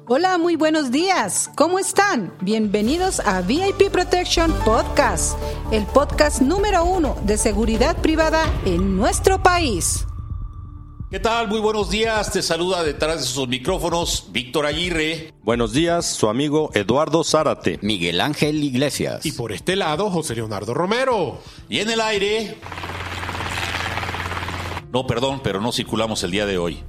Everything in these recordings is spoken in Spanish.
Hola, muy buenos días. ¿Cómo están? Bienvenidos a VIP Protection Podcast, el podcast número 1 de seguridad privada en nuestro país. ¿Qué tal? Muy buenos días. Te saluda detrás de sus micrófonos Víctor Aguirre. Buenos días, su amigo Eduardo Zárate. Miguel Ángel Iglesias. Y por este lado, José Leonardo Romero. Y en el aire... No, perdón, pero no circulamos el día de hoy.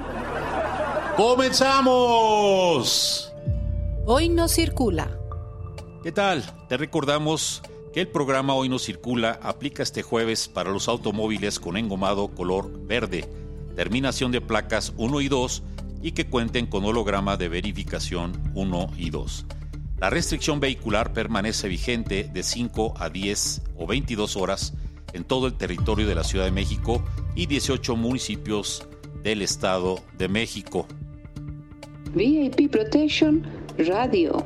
¡Comenzamos! Hoy no circula. ¿Qué tal? Te recordamos que el programa Hoy no circula aplica este jueves para los automóviles con engomado color verde, terminación de placas 1 y 2 y que cuenten con holograma de verificación 1 y 2. La restricción vehicular permanece vigente de 5 a 10 o 22 horas en todo el territorio de la Ciudad de México y 18 municipios del Estado de México. VIP Protection Radio.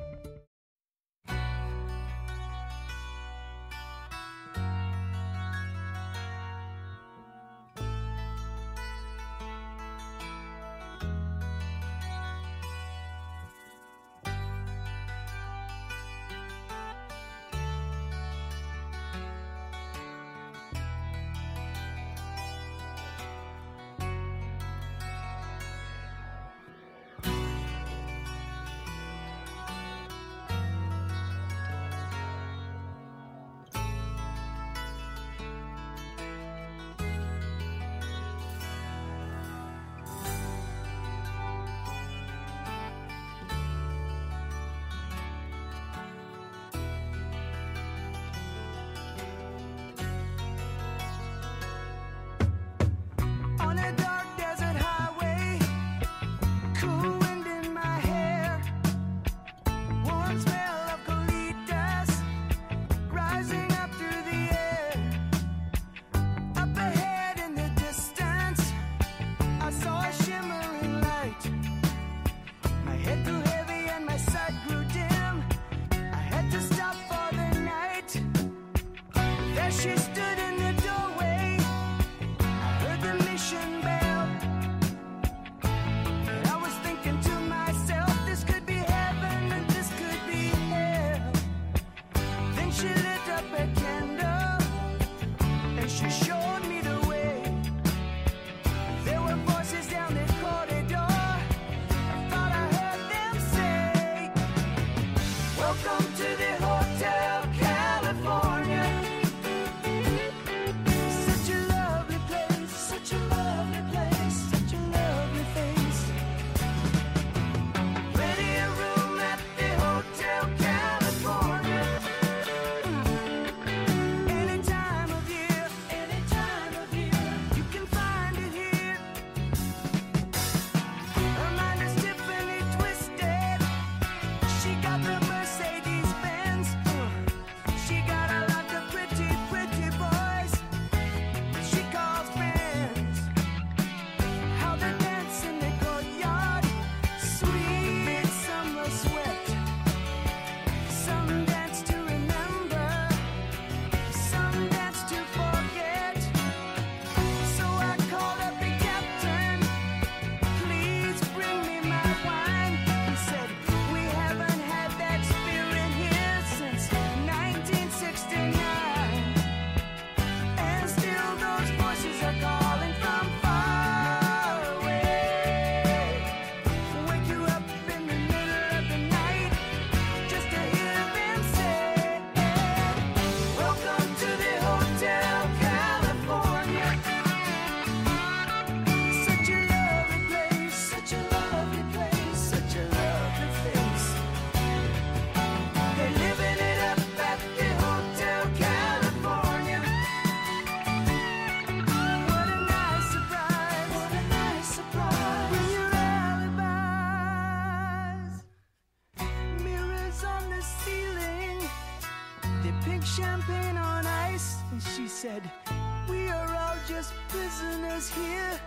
Champagne on ice, and she said, we are all just prisoners here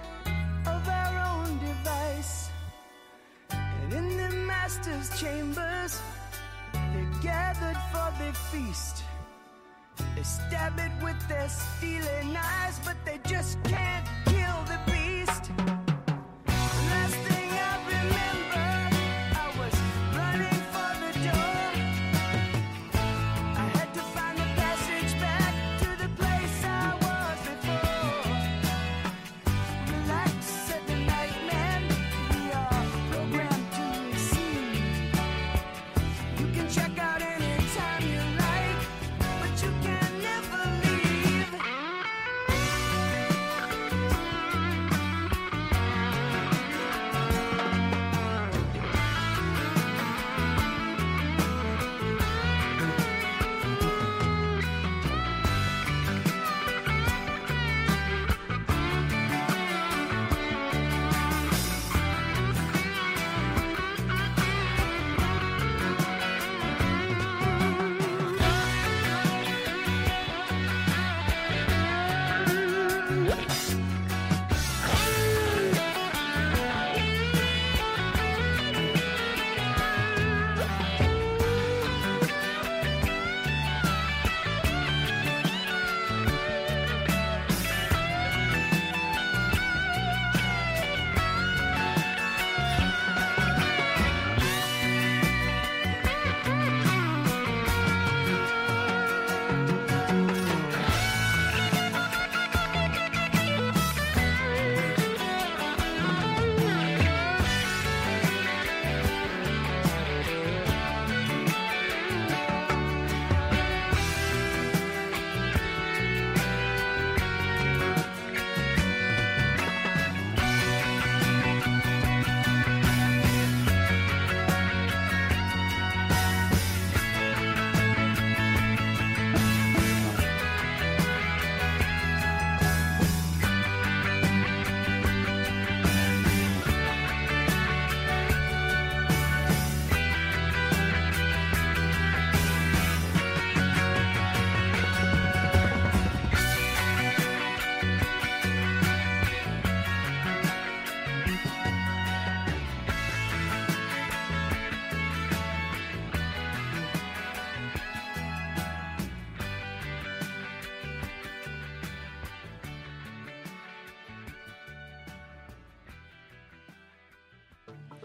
of our own device. And in the master's chambers, they're gathered for their feast. They stab it with their steely knives, but they just can't kill the beast. The last thing I remember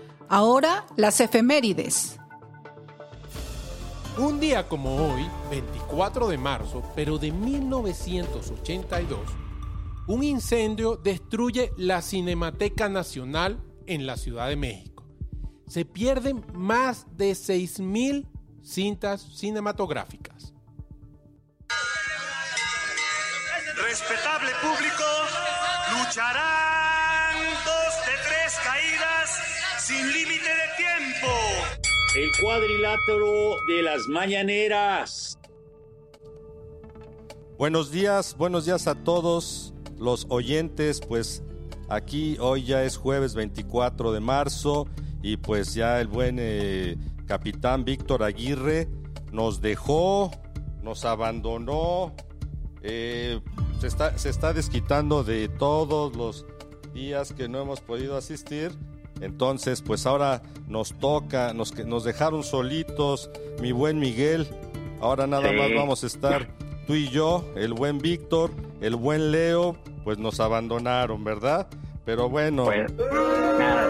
Ahora, las efemérides. Un día como hoy, 24 de marzo, pero de 1982, un incendio destruye la Cinemateca Nacional en la Ciudad de México. Se pierden más de 6,000 cintas cinematográficas. Respetable público, lucharán 2 de 3 caídas sin límite de tiempo. El cuadrilátero de las mañaneras. Buenos días a todos los oyentes. Pues aquí hoy ya es jueves 24 de marzo y pues ya el buen capitán Víctor Aguirre nos dejó, nos abandonó, se está desquitando de todos los días que no hemos podido asistir. Entonces, pues ahora nos toca, nos dejaron solitos, mi buen Miguel. Ahora nada más vamos a estar tú y yo, el buen Víctor, el buen Leo, pues nos abandonaron, ¿verdad? Pero bueno. Pues nada.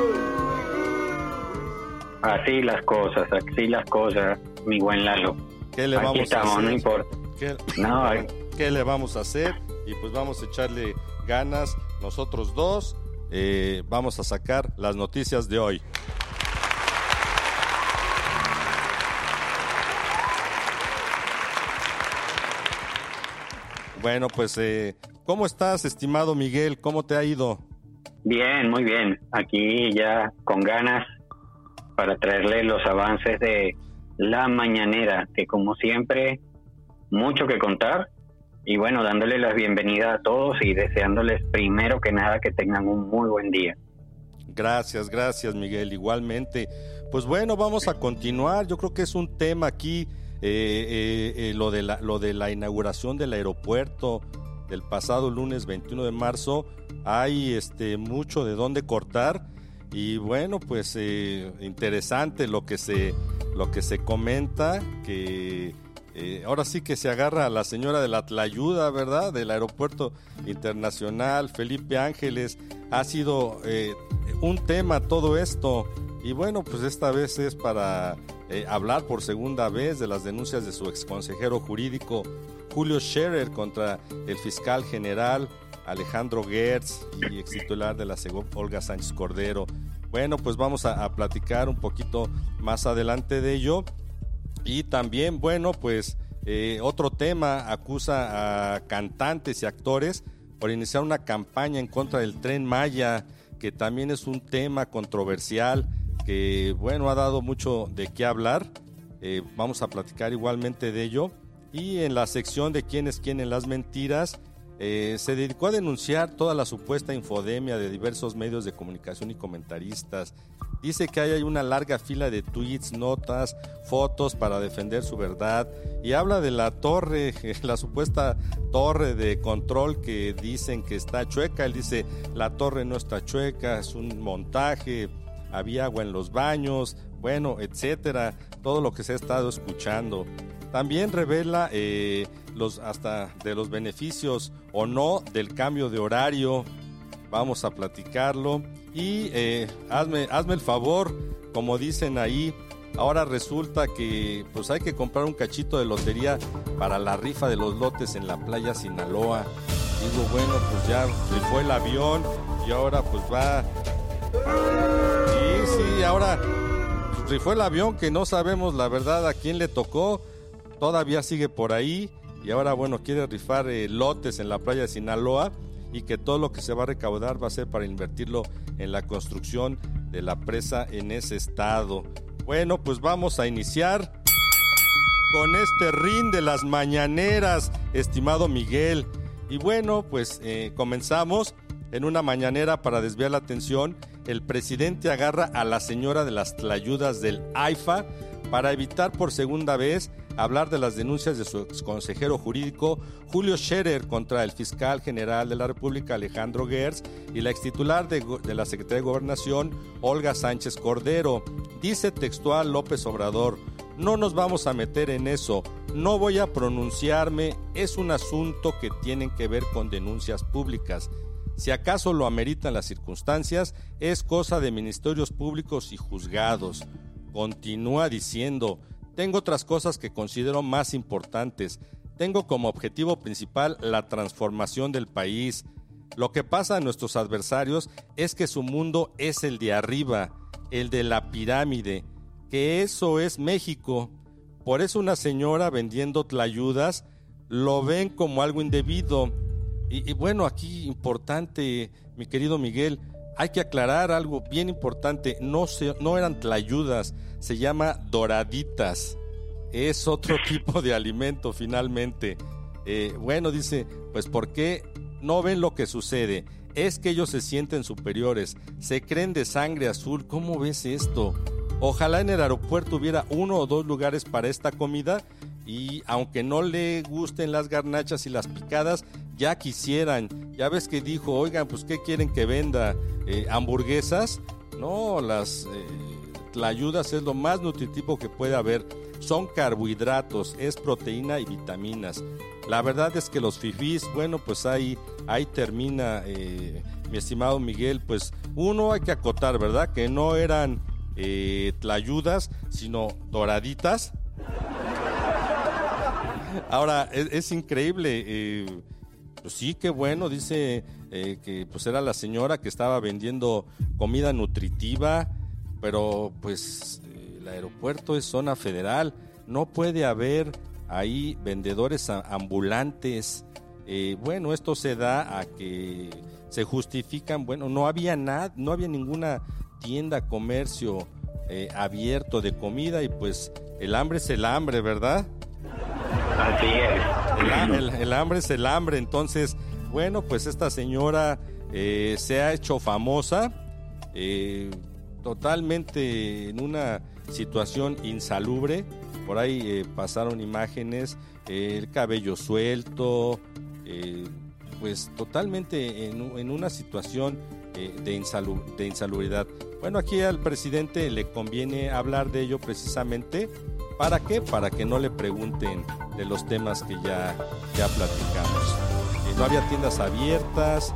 Así las cosas, mi buen Lalo. ¿Qué le vamos a hacer? No importa. ¿Qué le vamos a hacer? Y pues vamos a echarle ganas nosotros dos. Vamos a sacar las noticias de hoy. Bueno, pues, ¿cómo estás, estimado Miguel? ¿Cómo te ha ido? Bien, muy bien. Aquí ya con ganas para traerle los avances de la mañanera, que como siempre, mucho que contar. Y bueno, dándole la bienvenida a todos y deseándoles primero que nada que tengan un muy buen día. Gracias Miguel, igualmente. Pues bueno, vamos a continuar. Yo creo que es un tema aquí, lo de la inauguración del aeropuerto del pasado lunes 21 de marzo. Hay mucho de dónde cortar y bueno, pues interesante lo que se comenta, que ahora sí que se agarra a la señora de la Tlayuda, ¿verdad? Del Aeropuerto Internacional, Felipe Ángeles. Ha sido un tema todo esto. Y bueno, pues esta vez es para hablar por segunda vez de las denuncias de su exconsejero jurídico, Julio Scherer, contra el fiscal general Alejandro Gertz y extitular de la SEGOV, Olga Sánchez Cordero. Bueno, pues vamos a platicar un poquito más adelante de ello. Y también, bueno, pues otro tema, acusa a cantantes y actores por iniciar una campaña en contra del Tren Maya, que también es un tema controversial, que bueno, ha dado mucho de qué hablar. Vamos a platicar igualmente de ello. Y en la sección de quién es quién en las mentiras, se dedicó a denunciar toda la supuesta infodemia de diversos medios de comunicación y comentaristas. Dice que hay una larga fila de tweets, notas, fotos para defender su verdad, y habla de la torre, la supuesta torre de control que dicen que está chueca. Él dice, la torre no está chueca, es un montaje, había agua en los baños, bueno, etcétera, todo lo que se ha estado escuchando. También revela hasta de los beneficios o no del cambio de horario. Vamos a platicarlo. Y hazme el favor, como dicen ahí, ahora resulta que pues hay que comprar un cachito de lotería para la rifa de los lotes en la playa Sinaloa. Digo, bueno, pues ya rifó el avión y ahora pues va. Sí, ahora rifó el avión, que no sabemos la verdad a quién le tocó. Todavía sigue por ahí y ahora, bueno, quiere rifar lotes en la playa de Sinaloa, y que todo lo que se va a recaudar va a ser para invertirlo en la construcción de la presa en ese estado. Bueno, pues vamos a iniciar con este ring de las mañaneras, estimado Miguel. Y bueno, pues comenzamos en una mañanera para desviar la atención. El presidente agarra a la señora de las Tlayudas del AIFA para evitar por segunda vez hablar de las denuncias de su exconsejero jurídico Julio Scherer contra el fiscal general de la República Alejandro Gertz y la extitular de la Secretaría de Gobernación Olga Sánchez Cordero. Dice textual López Obrador: no nos vamos a meter en eso, no voy a pronunciarme, es un asunto que tienen que ver con denuncias públicas. Si acaso lo ameritan las circunstancias, es cosa de ministerios públicos y juzgados. Continúa diciendo: tengo otras cosas que considero más importantes. Tengo como objetivo principal la transformación del país. Lo que pasa a nuestros adversarios es que su mundo es el de arriba, el de la pirámide, que eso es México. Por eso una señora vendiendo tlayudas lo ven como algo indebido. Y bueno, aquí importante, mi querido Miguel, hay que aclarar algo bien importante. No eran tlayudas, se llama doraditas. Es otro tipo de alimento finalmente. Bueno, dice, pues ¿por qué no ven lo que sucede? Es que ellos se sienten superiores, se creen de sangre azul. ¿Cómo ves esto? Ojalá en el aeropuerto hubiera 1 o 2 lugares para esta comida, y aunque no le gusten las garnachas y las picadas, ya quisieran. Ya ves que dijo, oigan, pues ¿qué quieren que venda? ¿Hamburguesas? No, las tlayudas es lo más nutritivo que puede haber. Son carbohidratos, es proteína y vitaminas. La verdad es que los fifís, bueno, pues ahí termina, mi estimado Miguel. Pues uno, hay que acotar, ¿verdad? Que no eran tlayudas, sino doraditas. Ahora, es increíble, pues sí, qué bueno, dice que pues era la señora que estaba vendiendo comida nutritiva, pero pues el aeropuerto es zona federal, no puede haber ahí vendedores ambulantes. Bueno, esto se da a que se justifican, bueno, no había ninguna tienda, comercio abierto de comida, y pues el hambre es el hambre, ¿verdad? Así es. El hambre es el hambre. Entonces, bueno, pues esta señora se ha hecho famosa, totalmente en una situación insalubre. Por ahí pasaron imágenes, el cabello suelto, pues totalmente en una situación de insalubridad. Bueno, aquí al presidente le conviene hablar de ello precisamente. ¿Para qué? Para que no le pregunten de los temas que ya platicamos. No había tiendas abiertas,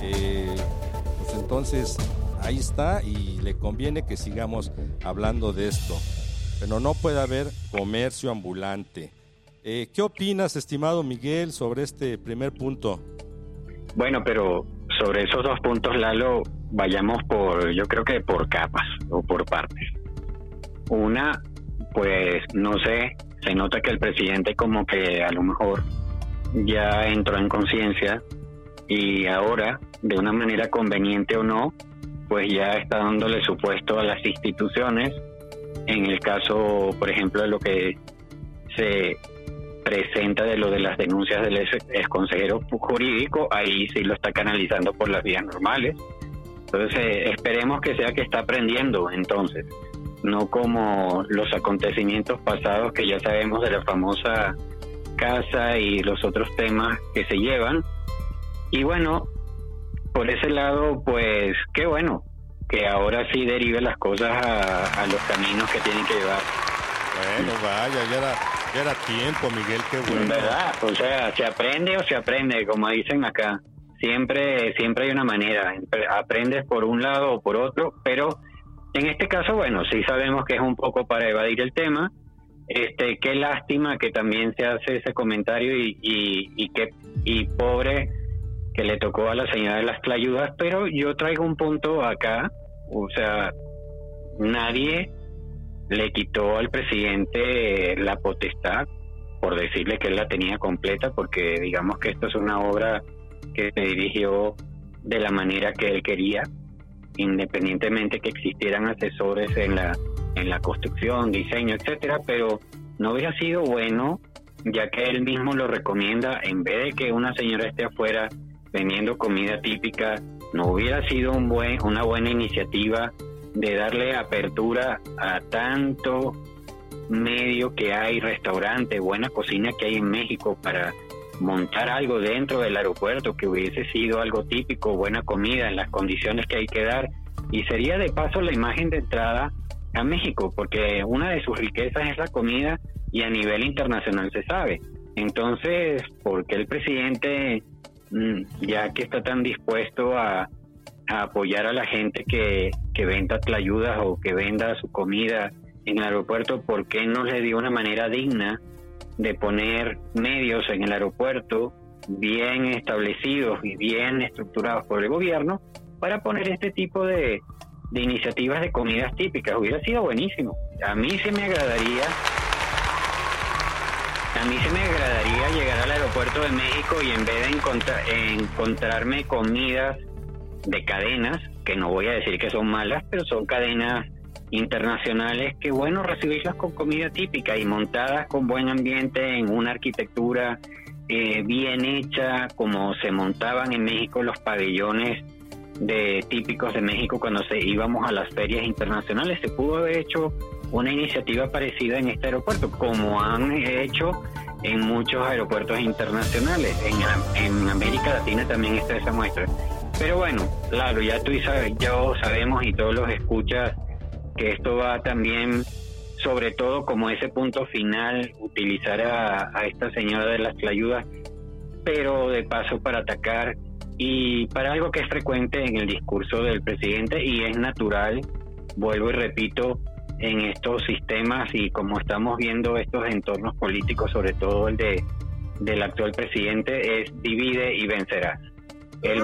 pues entonces ahí está, y le conviene que sigamos hablando de esto. Pero no puede haber comercio ambulante. ¿Qué opinas, estimado Miguel, sobre este primer punto? Bueno, pero sobre esos 2 puntos, Lalo, vayamos yo creo que por capas o por partes. Una, pues no sé, se nota que el presidente como que a lo mejor ya entró en conciencia, y ahora, de una manera conveniente o no, pues ya está dándole su puesto a las instituciones. En el caso, por ejemplo, de lo que se presenta de lo de las denuncias del ex consejero jurídico, ahí sí lo está canalizando por las vías normales. Entonces, esperemos que sea que está aprendiendo, entonces, no como los acontecimientos pasados que ya sabemos de la famosa casa y los otros temas que se llevan. Y bueno, por ese lado, pues qué bueno que ahora sí derive las cosas a los caminos que tienen que llevar. Bueno, vaya, ya era tiempo, Miguel, qué bueno. ¿Verdad? O sea, se aprende o se aprende, como dicen acá. Siempre hay una manera. Aprendes por un lado o por otro, pero en este caso, bueno, sí sabemos que es un poco para evadir el tema. Qué lástima que también se hace ese comentario y pobre que le tocó a la señora de las tlayudas, pero yo traigo un punto acá. O sea, nadie le quitó al presidente la potestad por decirle que él la tenía completa, porque digamos que esto es una obra que se dirigió de la manera que él quería, independientemente que existieran asesores en la construcción, diseño, etcétera, pero no hubiera sido bueno, ya que él mismo lo recomienda, en vez de que una señora esté afuera vendiendo comida típica, no hubiera sido una buena iniciativa de darle apertura a tanto medio que hay, restaurante, buena cocina que hay en México, para montar algo dentro del aeropuerto que hubiese sido algo típico, buena comida en las condiciones que hay que dar, y sería de paso la imagen de entrada a México, porque una de sus riquezas es la comida y a nivel internacional se sabe. Entonces, ¿por qué el presidente ya que está tan dispuesto a apoyar a la gente que venda tlayudas o que venda su comida en el aeropuerto, ¿por qué no le dio una manera digna de poner medios en el aeropuerto bien establecidos y bien estructurados por el gobierno para poner este tipo de iniciativas de comidas típicas? Hubiera sido buenísimo. A mí se me agradaría llegar al aeropuerto de México y en vez de encontrarme comidas de cadenas, que no voy a decir que son malas, pero son cadenas internacionales, que bueno, recibirlas con comida típica y montadas con buen ambiente en una arquitectura bien hecha, como se montaban en México los pabellones típicos de México cuando íbamos a las ferias internacionales. Se pudo haber hecho una iniciativa parecida en este aeropuerto, como han hecho en muchos aeropuertos internacionales. En América Latina también está esa muestra. Pero bueno, claro, ya tú y yo sabemos, y todos los escuchas, que esto va también, sobre todo como ese punto final, utilizar a esta señora de las tlayudas, pero de paso para atacar y para algo que es frecuente en el discurso del presidente y es natural, vuelvo y repito, en estos sistemas y como estamos viendo estos entornos políticos, sobre todo el del actual presidente, es divide y vencerás. Él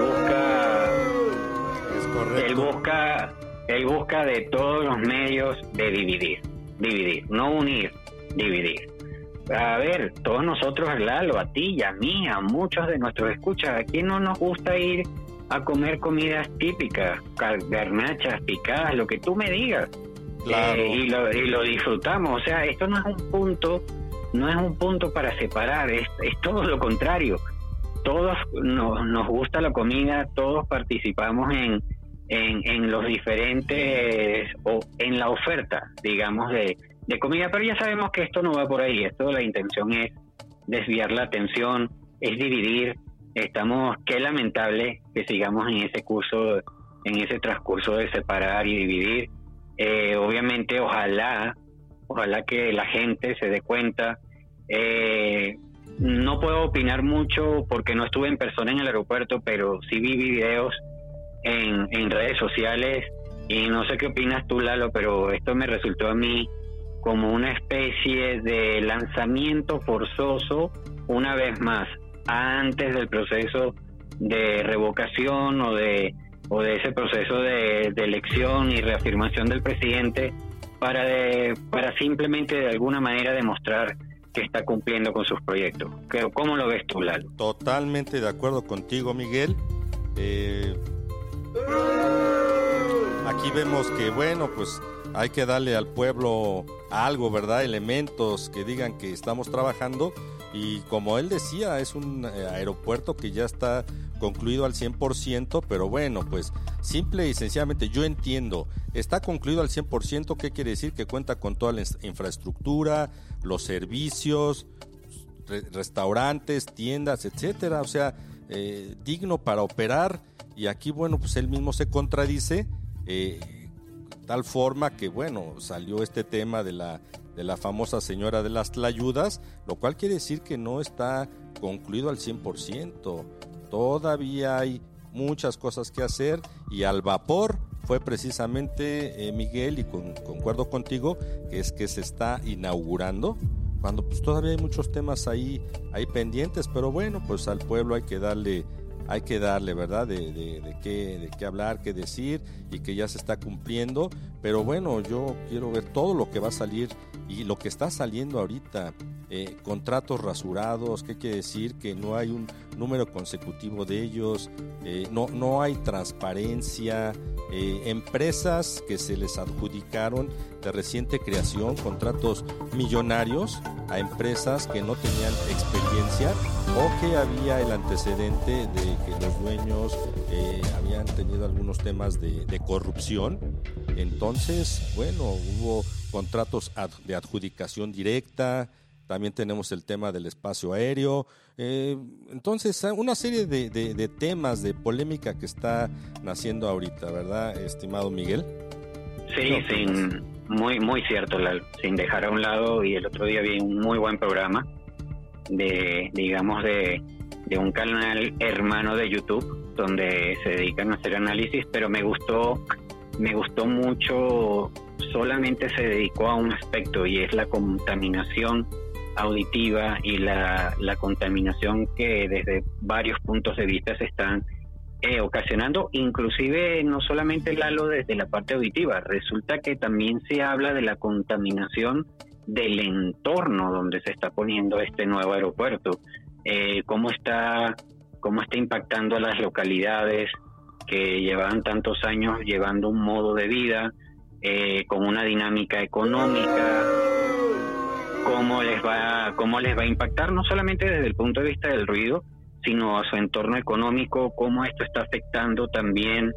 busca de todos los medios de dividir, no unir, dividir. A ver, todos nosotros, Lalo, a ti y a mí, a muchos de nuestros escuchas, ¿a quién no nos gusta ir a comer comidas típicas, garnachas, picadas, lo que tú me digas? Claro. Y lo disfrutamos. O sea, esto no es un punto para separar, es todo lo contrario. Todos nos gusta la comida, todos participamos en los diferentes, o en la oferta, digamos, de comida, pero ya sabemos que esto no va por ahí. Esto, la intención es desviar la atención, es dividir. Qué lamentable que sigamos en ese transcurso de separar y dividir. Obviamente, ojalá que la gente se dé cuenta. No puedo opinar mucho porque no estuve en persona en el aeropuerto, pero sí vi videos en redes sociales y no sé qué opinas tú, Lalo, pero esto me resultó a mí como una especie de lanzamiento forzoso, una vez más, antes del proceso de revocación o de ese proceso de elección y reafirmación del presidente para simplemente de alguna manera demostrar que está cumpliendo con sus proyectos. ¿Cómo lo ves tú, Lalo? Totalmente de acuerdo contigo, Miguel. Aquí vemos que, bueno, pues hay que darle al pueblo algo, ¿verdad? Elementos que digan que estamos trabajando, y como él decía, es un aeropuerto que ya está concluido al 100%, pero bueno, pues simple y sencillamente yo entiendo, está concluido al 100%, ¿qué quiere decir? Que cuenta con toda la infraestructura, los servicios, restaurantes, tiendas, etcétera, o sea, digno para operar, y aquí, bueno, pues él mismo se contradice, tal forma que, bueno, salió este tema de la famosa señora de las tlayudas, lo cual quiere decir que no está concluido al 100%. Todavía hay muchas cosas que hacer, y al vapor fue precisamente, Miguel, y concuerdo contigo, que se está inaugurando, cuando pues todavía hay muchos temas ahí pendientes, pero bueno, pues al pueblo hay que darle, ¿verdad? De qué hablar, qué decir, y que ya se está cumpliendo. Pero bueno, yo quiero ver todo lo que va a salir y lo que está saliendo ahorita. Contratos rasurados, ¿qué quiere decir? Que no hay un número consecutivo de ellos, no hay transparencia, empresas que se les adjudicaron de reciente creación contratos millonarios a empresas que no tenían experiencia o que había el antecedente de que los dueños habían tenido algunos temas de corrupción. Entonces, bueno, hubo contratos de adjudicación directa. También tenemos el tema del espacio aéreo. Entonces, una serie de temas de polémica que está naciendo ahorita, ¿verdad, estimado Miguel? Sí, muy cierto, Lalo. Sin dejar a un lado, y el otro día vi un muy buen programa de un canal hermano de YouTube donde se dedican a hacer análisis, pero me gustó mucho. Solamente se dedicó a un aspecto, y es la contaminación auditiva y la contaminación que desde varios puntos de vista se están ocasionando, inclusive no solamente, Lalo, desde la parte auditiva. Resulta que también se habla de la contaminación del entorno donde se está poniendo este nuevo aeropuerto, cómo está impactando a las localidades que llevaban tantos años llevando un modo de vida con una dinámica económica, cómo les va a impactar no solamente desde el punto de vista del ruido, sino a su entorno económico, cómo esto está afectando también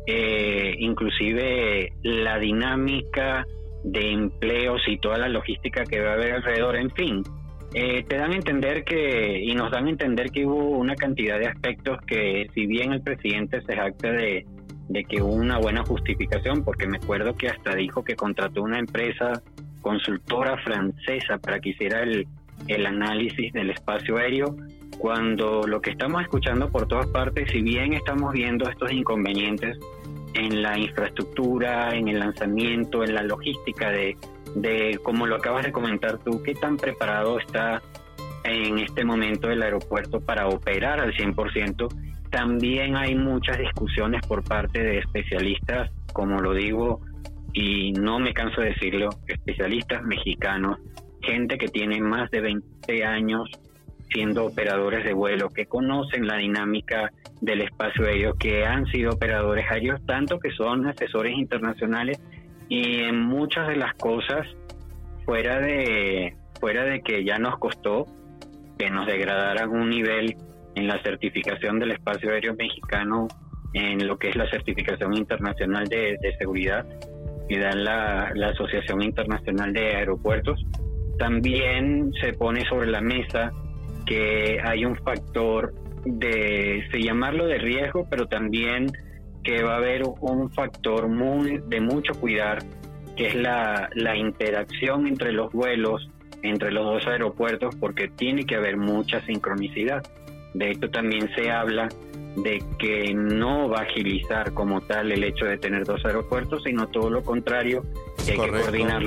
inclusive la dinámica de empleos y toda la logística que va a haber alrededor. En fin, te dan a entender y nos dan a entender que hubo una cantidad de aspectos que, si bien el presidente se jacta de que hubo una buena justificación, porque me acuerdo que hasta dijo que contrató una empresa consultora francesa para que hiciera el análisis del espacio aéreo, cuando lo que estamos escuchando por todas partes, si bien estamos viendo estos inconvenientes en la infraestructura, en el lanzamiento, en la logística de como lo acabas de comentar tú, qué tan preparado está en este momento el aeropuerto para operar al 100%, también hay muchas discusiones por parte de especialistas, como lo digo, y no me canso de decirlo, especialistas mexicanos, gente que tiene más de 20 años siendo operadores de vuelo, que conocen la dinámica del espacio aéreo, que han sido operadores aéreos, tanto que son asesores internacionales, y en muchas de las cosas, fuera de que ya nos costó que nos degradaran un nivel en la certificación del espacio aéreo mexicano, en lo que es la certificación internacional de seguridad que da la Asociación Internacional de Aeropuertos, también se pone sobre la mesa que hay un factor de llamarlo de riesgo, pero también que va a haber un factor de mucho cuidar, que es la interacción entre los vuelos, entre los dos aeropuertos, porque tiene que haber mucha sincronicidad. De hecho, también se habla de que no va a agilizar como tal el hecho de tener dos aeropuertos, sino todo lo contrario, que hay que coordinar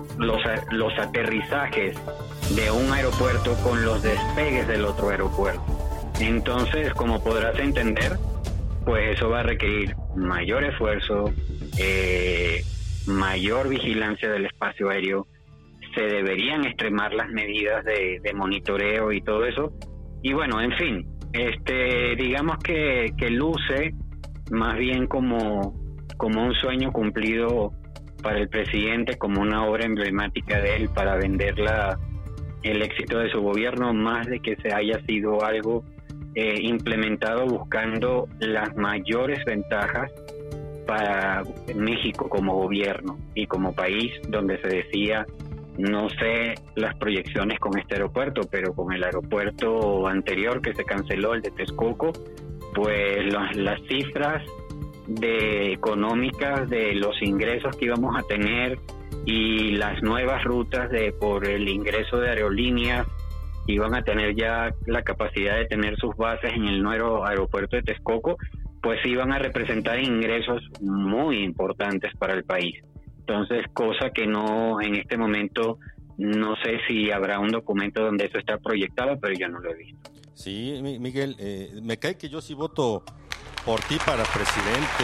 los aterrizajes de un aeropuerto con los despegues del otro aeropuerto. Entonces, como podrás entender, pues eso va a requerir mayor esfuerzo, mayor vigilancia del espacio aéreo. Se deberían extremar las medidas de monitoreo y todo eso. Y bueno, en fin, digamos que luce más bien como un sueño cumplido para el presidente, como una obra emblemática de él para vender el éxito de su gobierno, más de que se haya sido algo implementado buscando las mayores ventajas para México como gobierno y como país, donde se decía, no sé las proyecciones con este aeropuerto, pero con el aeropuerto anterior que se canceló, el de Texcoco, pues las cifras económicas de los ingresos que íbamos a tener y las nuevas rutas por el ingreso de aerolíneas iban a tener ya la capacidad de tener sus bases en el nuevo aeropuerto de Texcoco, pues iban a representar ingresos muy importantes para el país. Entonces, cosa que no, en este momento, no sé si habrá un documento donde eso está proyectado, pero yo no lo he visto. Sí, Miguel, me cae que yo sí voto por ti para presidente,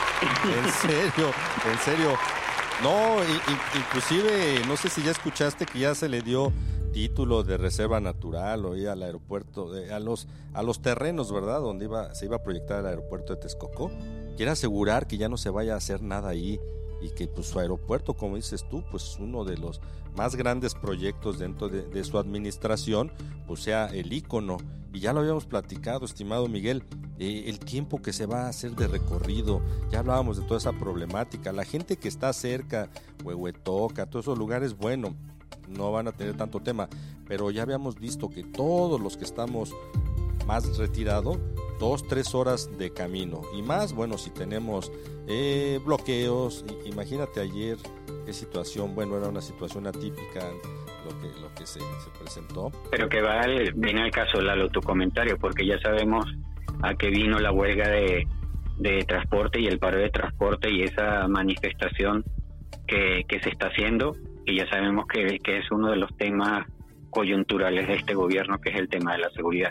en serio. No, inclusive, no sé si ya escuchaste que ya se le dio título de reserva natural o al aeropuerto, a los terrenos, ¿verdad? Donde se iba a proyectar el aeropuerto de Texcoco. Quiere asegurar que ya no se vaya a hacer nada ahí y que pues su aeropuerto, como dices tú, pues uno de los más grandes proyectos dentro de su administración, pues sea el ícono. Y ya lo habíamos platicado, estimado Miguel, el tiempo que se va a hacer de recorrido, ya hablábamos de toda esa problemática. La gente que está cerca, Huehuetoca, todos esos lugares, bueno, no van a tener tanto tema, pero ya habíamos visto que todos los que estamos más retirados, 2-3 horas de camino y más, bueno, si tenemos bloqueos, imagínate ayer qué situación, bueno, era una situación atípica, lo que se presentó. Pero que viene al caso, Lalo, tu comentario, porque ya sabemos a qué vino la huelga de transporte y el paro de transporte y esa manifestación que se está haciendo, y ya sabemos que es uno de los temas coyunturales de este gobierno, que es el tema de la seguridad.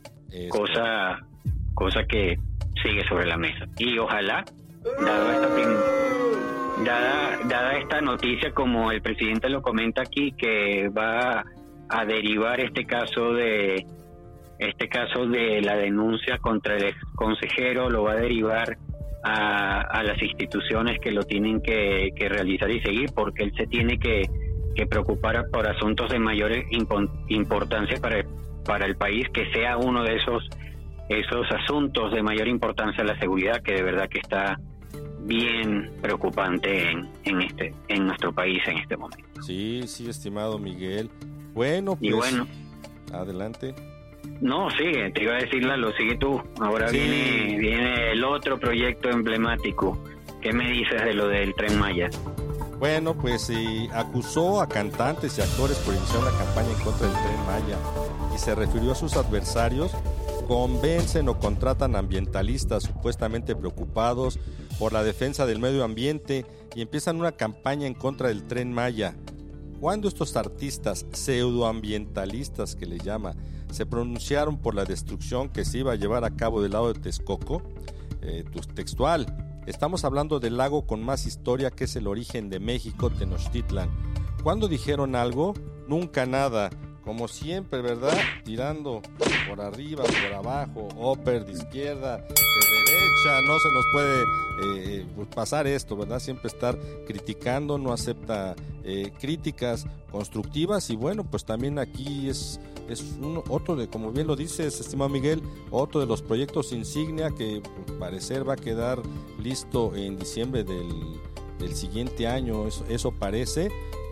Cosa que sigue sobre la mesa. Y ojalá, dada esta noticia, como el presidente lo comenta aquí, que va a derivar este caso de la denuncia contra el ex consejero, lo va a derivar a las instituciones que lo tienen que realizar y seguir, porque él se tiene que preocupar por asuntos de mayor importancia para el país, que sea uno de esos asuntos de mayor importancia, la seguridad, que de verdad que está bien preocupante en nuestro país en este momento. Sí, estimado Miguel. Bueno, pues, y bueno, adelante. No, sigue, te iba a decir, Lalo, sigue tú. Ahora sí. viene el otro proyecto emblemático. ¿Qué me dices de lo del Tren Maya? Bueno, pues acusó a cantantes y actores por iniciar una campaña en contra del Tren Maya y se refirió a sus adversarios. Convencen o contratan ambientalistas supuestamente preocupados por la defensa del medio ambiente y empiezan una campaña en contra del Tren Maya. Cuando estos artistas pseudoambientalistas, que le llama, se pronunciaron por la destrucción que se iba a llevar a cabo del lago de Texcoco, textual, estamos hablando del lago con más historia que es el origen de México, Tenochtitlan. ¿Cuándo dijeron algo? Nunca nada. Como siempre, ¿verdad? Tirando por arriba, por abajo, upper, de izquierda, de derecha. No se nos puede pasar esto, ¿verdad? Siempre estar criticando, no acepta críticas constructivas. Y bueno, pues también aquí es otro de, como bien lo dices, estimado Miguel, otro de los proyectos insignia que al parecer va a quedar listo en diciembre del siguiente año. Eso parece.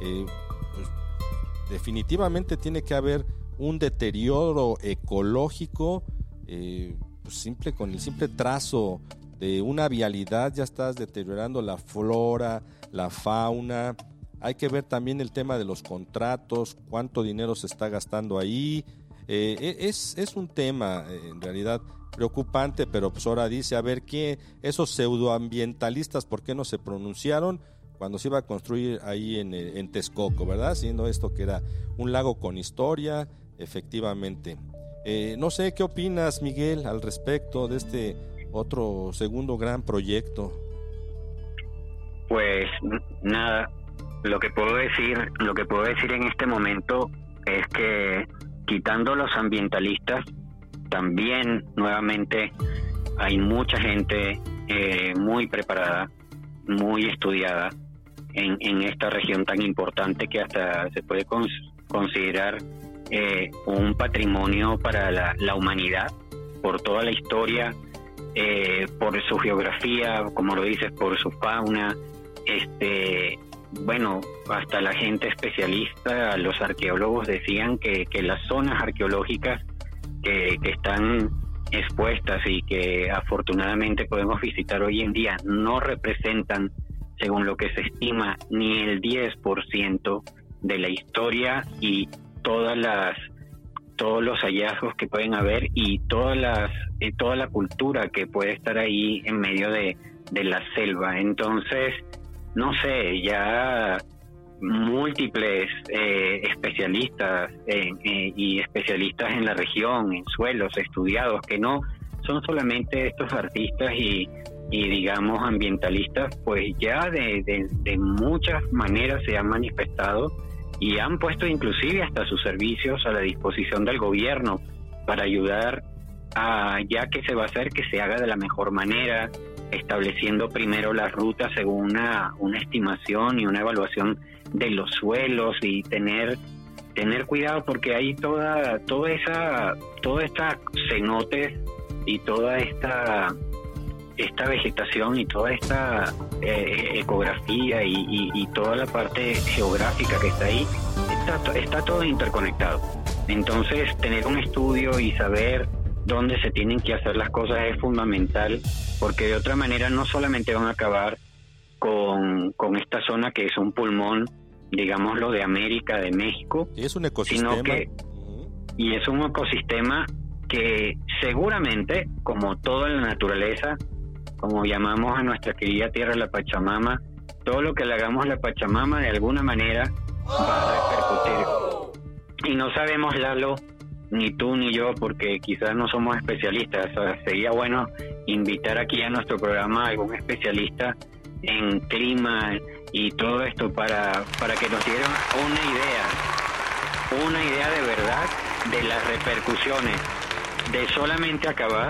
Definitivamente tiene que haber un deterioro ecológico, con el simple trazo de una vialidad ya estás deteriorando la flora, la fauna. Hay que ver también el tema de los contratos, cuánto dinero se está gastando ahí. Es un tema en realidad preocupante, pero pues ahora dice, a ver, esos pseudoambientalistas, ¿por qué no se pronunciaron cuando se iba a construir ahí en Texcoco, ¿verdad? Siendo esto que era un lago con historia, efectivamente. No sé, ¿qué opinas, Miguel, al respecto de este otro segundo gran proyecto? Pues nada, lo que puedo decir en este momento es que, quitando los ambientalistas, también nuevamente hay mucha gente muy preparada, muy estudiada en esta región tan importante, que hasta se puede considerar un patrimonio para la humanidad, por toda la historia, por su geografía, como lo dices, por su fauna, bueno, hasta la gente especialista, los arqueólogos decían que las zonas arqueológicas que están expuestas y que afortunadamente podemos visitar hoy en día no representan, según lo que se estima, ni el 10% de la historia y todos los hallazgos que pueden haber y toda la cultura que puede estar ahí en medio de la selva. Entonces, no sé, ya múltiples especialistas y especialistas en la región, en suelos estudiados, que no son solamente estos artistas y digamos ambientalistas, pues ya de muchas maneras se han manifestado y han puesto inclusive hasta sus servicios a la disposición del gobierno para ayudar ya que se va a hacer, que se haga de la mejor manera, estableciendo primero las rutas según una estimación y una evaluación de los suelos, y tener cuidado, porque hay toda esta cenotes y toda esta vegetación y toda esta ecografía y toda la parte geográfica que está ahí, está todo interconectado. Entonces, tener un estudio y saber dónde se tienen que hacer las cosas es fundamental, porque de otra manera no solamente van a acabar con esta zona que es un pulmón digámoslo, de América, de México. Es un ecosistema. Y es un ecosistema que seguramente, como toda la naturaleza, como llamamos a nuestra querida tierra la Pachamama, todo lo que le hagamos a la Pachamama de alguna manera va a repercutir. Y no sabemos, Lalo, ni tú ni yo, porque quizás no somos especialistas. O sea, sería bueno invitar aquí a nuestro programa a algún especialista en clima y todo esto para que nos dieran una idea de verdad de las repercusiones de solamente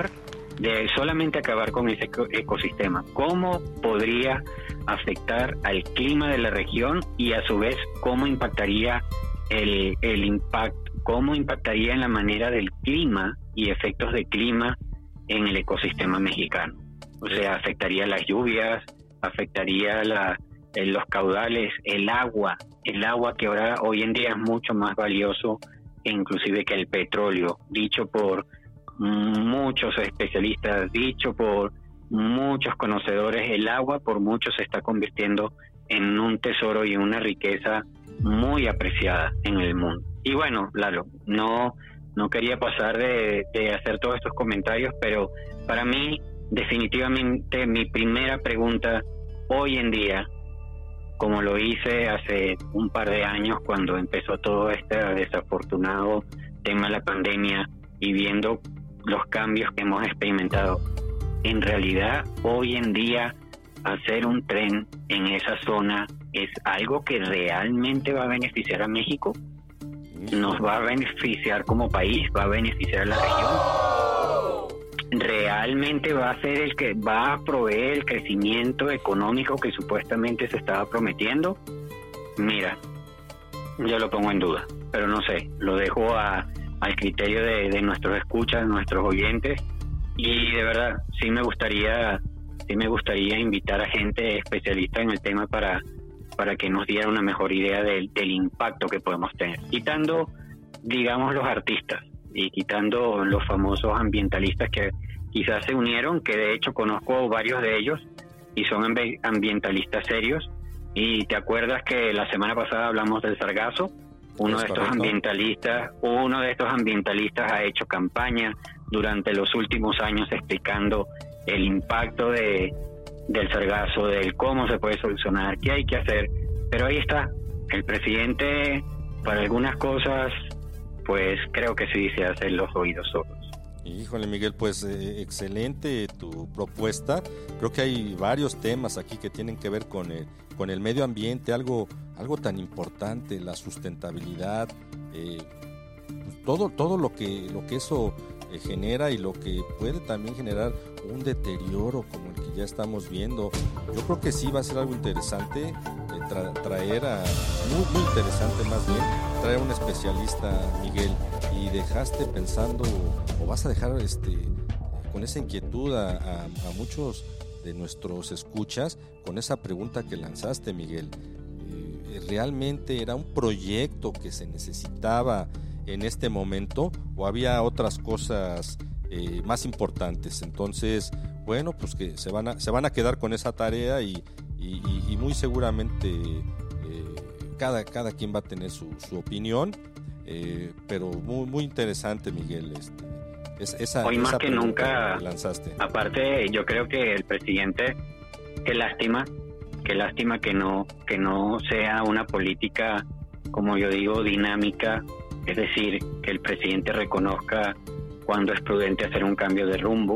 acabar con ese ecosistema. ¿Cómo podría afectar al clima de la región y a su vez cómo impactaría el impacto, cómo impactaría en la manera del clima y efectos de clima en el ecosistema mexicano? O sea, afectaría las lluvias, afectaría los caudales, el agua que hoy en día es mucho más valioso inclusive que el petróleo, dicho por muchos especialistas, dicho por muchos conocedores. El agua por muchos se está convirtiendo en un tesoro y una riqueza muy apreciada en el mundo. Y bueno, Lalo, no quería pasar de hacer todos estos comentarios, pero para mí definitivamente mi primera pregunta hoy en día, como lo hice hace un par de años cuando empezó todo este desafortunado tema de la pandemia y viendo los cambios que hemos experimentado, en realidad hoy en día hacer un tren en esa zona es algo que realmente va a beneficiar a México, nos va a beneficiar como país, va a beneficiar a la región, realmente va a ser el que va a proveer el crecimiento económico que supuestamente se estaba prometiendo. Mira, yo lo pongo en duda, pero no sé, lo dejo al criterio de nuestros escuchas, nuestros oyentes, y de verdad sí me gustaría invitar a gente especialista en el tema para que nos diera una mejor idea del impacto que podemos tener, quitando, digamos, los artistas y quitando los famosos ambientalistas que quizás se unieron, que de hecho conozco varios de ellos y son ambientalistas serios. Y te acuerdas que la semana pasada hablamos del sargazo. Uno de estos ambientalistas ha hecho campaña durante los últimos años explicando el impacto del sargazo, del cómo se puede solucionar, qué hay que hacer. Pero ahí está, el presidente para algunas cosas, pues creo que sí se hacen los oídos sordos. Híjole, Miguel, pues excelente tu propuesta. Creo que hay varios temas aquí que tienen que ver con el medio ambiente, algo tan importante, la sustentabilidad, todo lo que eso genera y lo que puede también generar un deterioro como el que ya estamos viendo. Yo creo que sí va a ser algo interesante traer muy interesante más bien, traer a un especialista, Miguel, y dejaste pensando o vas a dejar con esa inquietud a muchos de nuestros escuchas con esa pregunta que lanzaste, Miguel. ¿Realmente era un proyecto que se necesitaba en este momento o había otras cosas más importantes? Entonces, bueno, pues que se van a quedar con esa tarea y muy seguramente cada quien va a tener su opinión, pero muy interesante, Miguel, hoy más que nunca que lanzaste. Aparte, yo creo que el presidente, qué lástima que no sea una política, como yo digo, dinámica, es decir, que el presidente reconozca cuando es prudente hacer un cambio de rumbo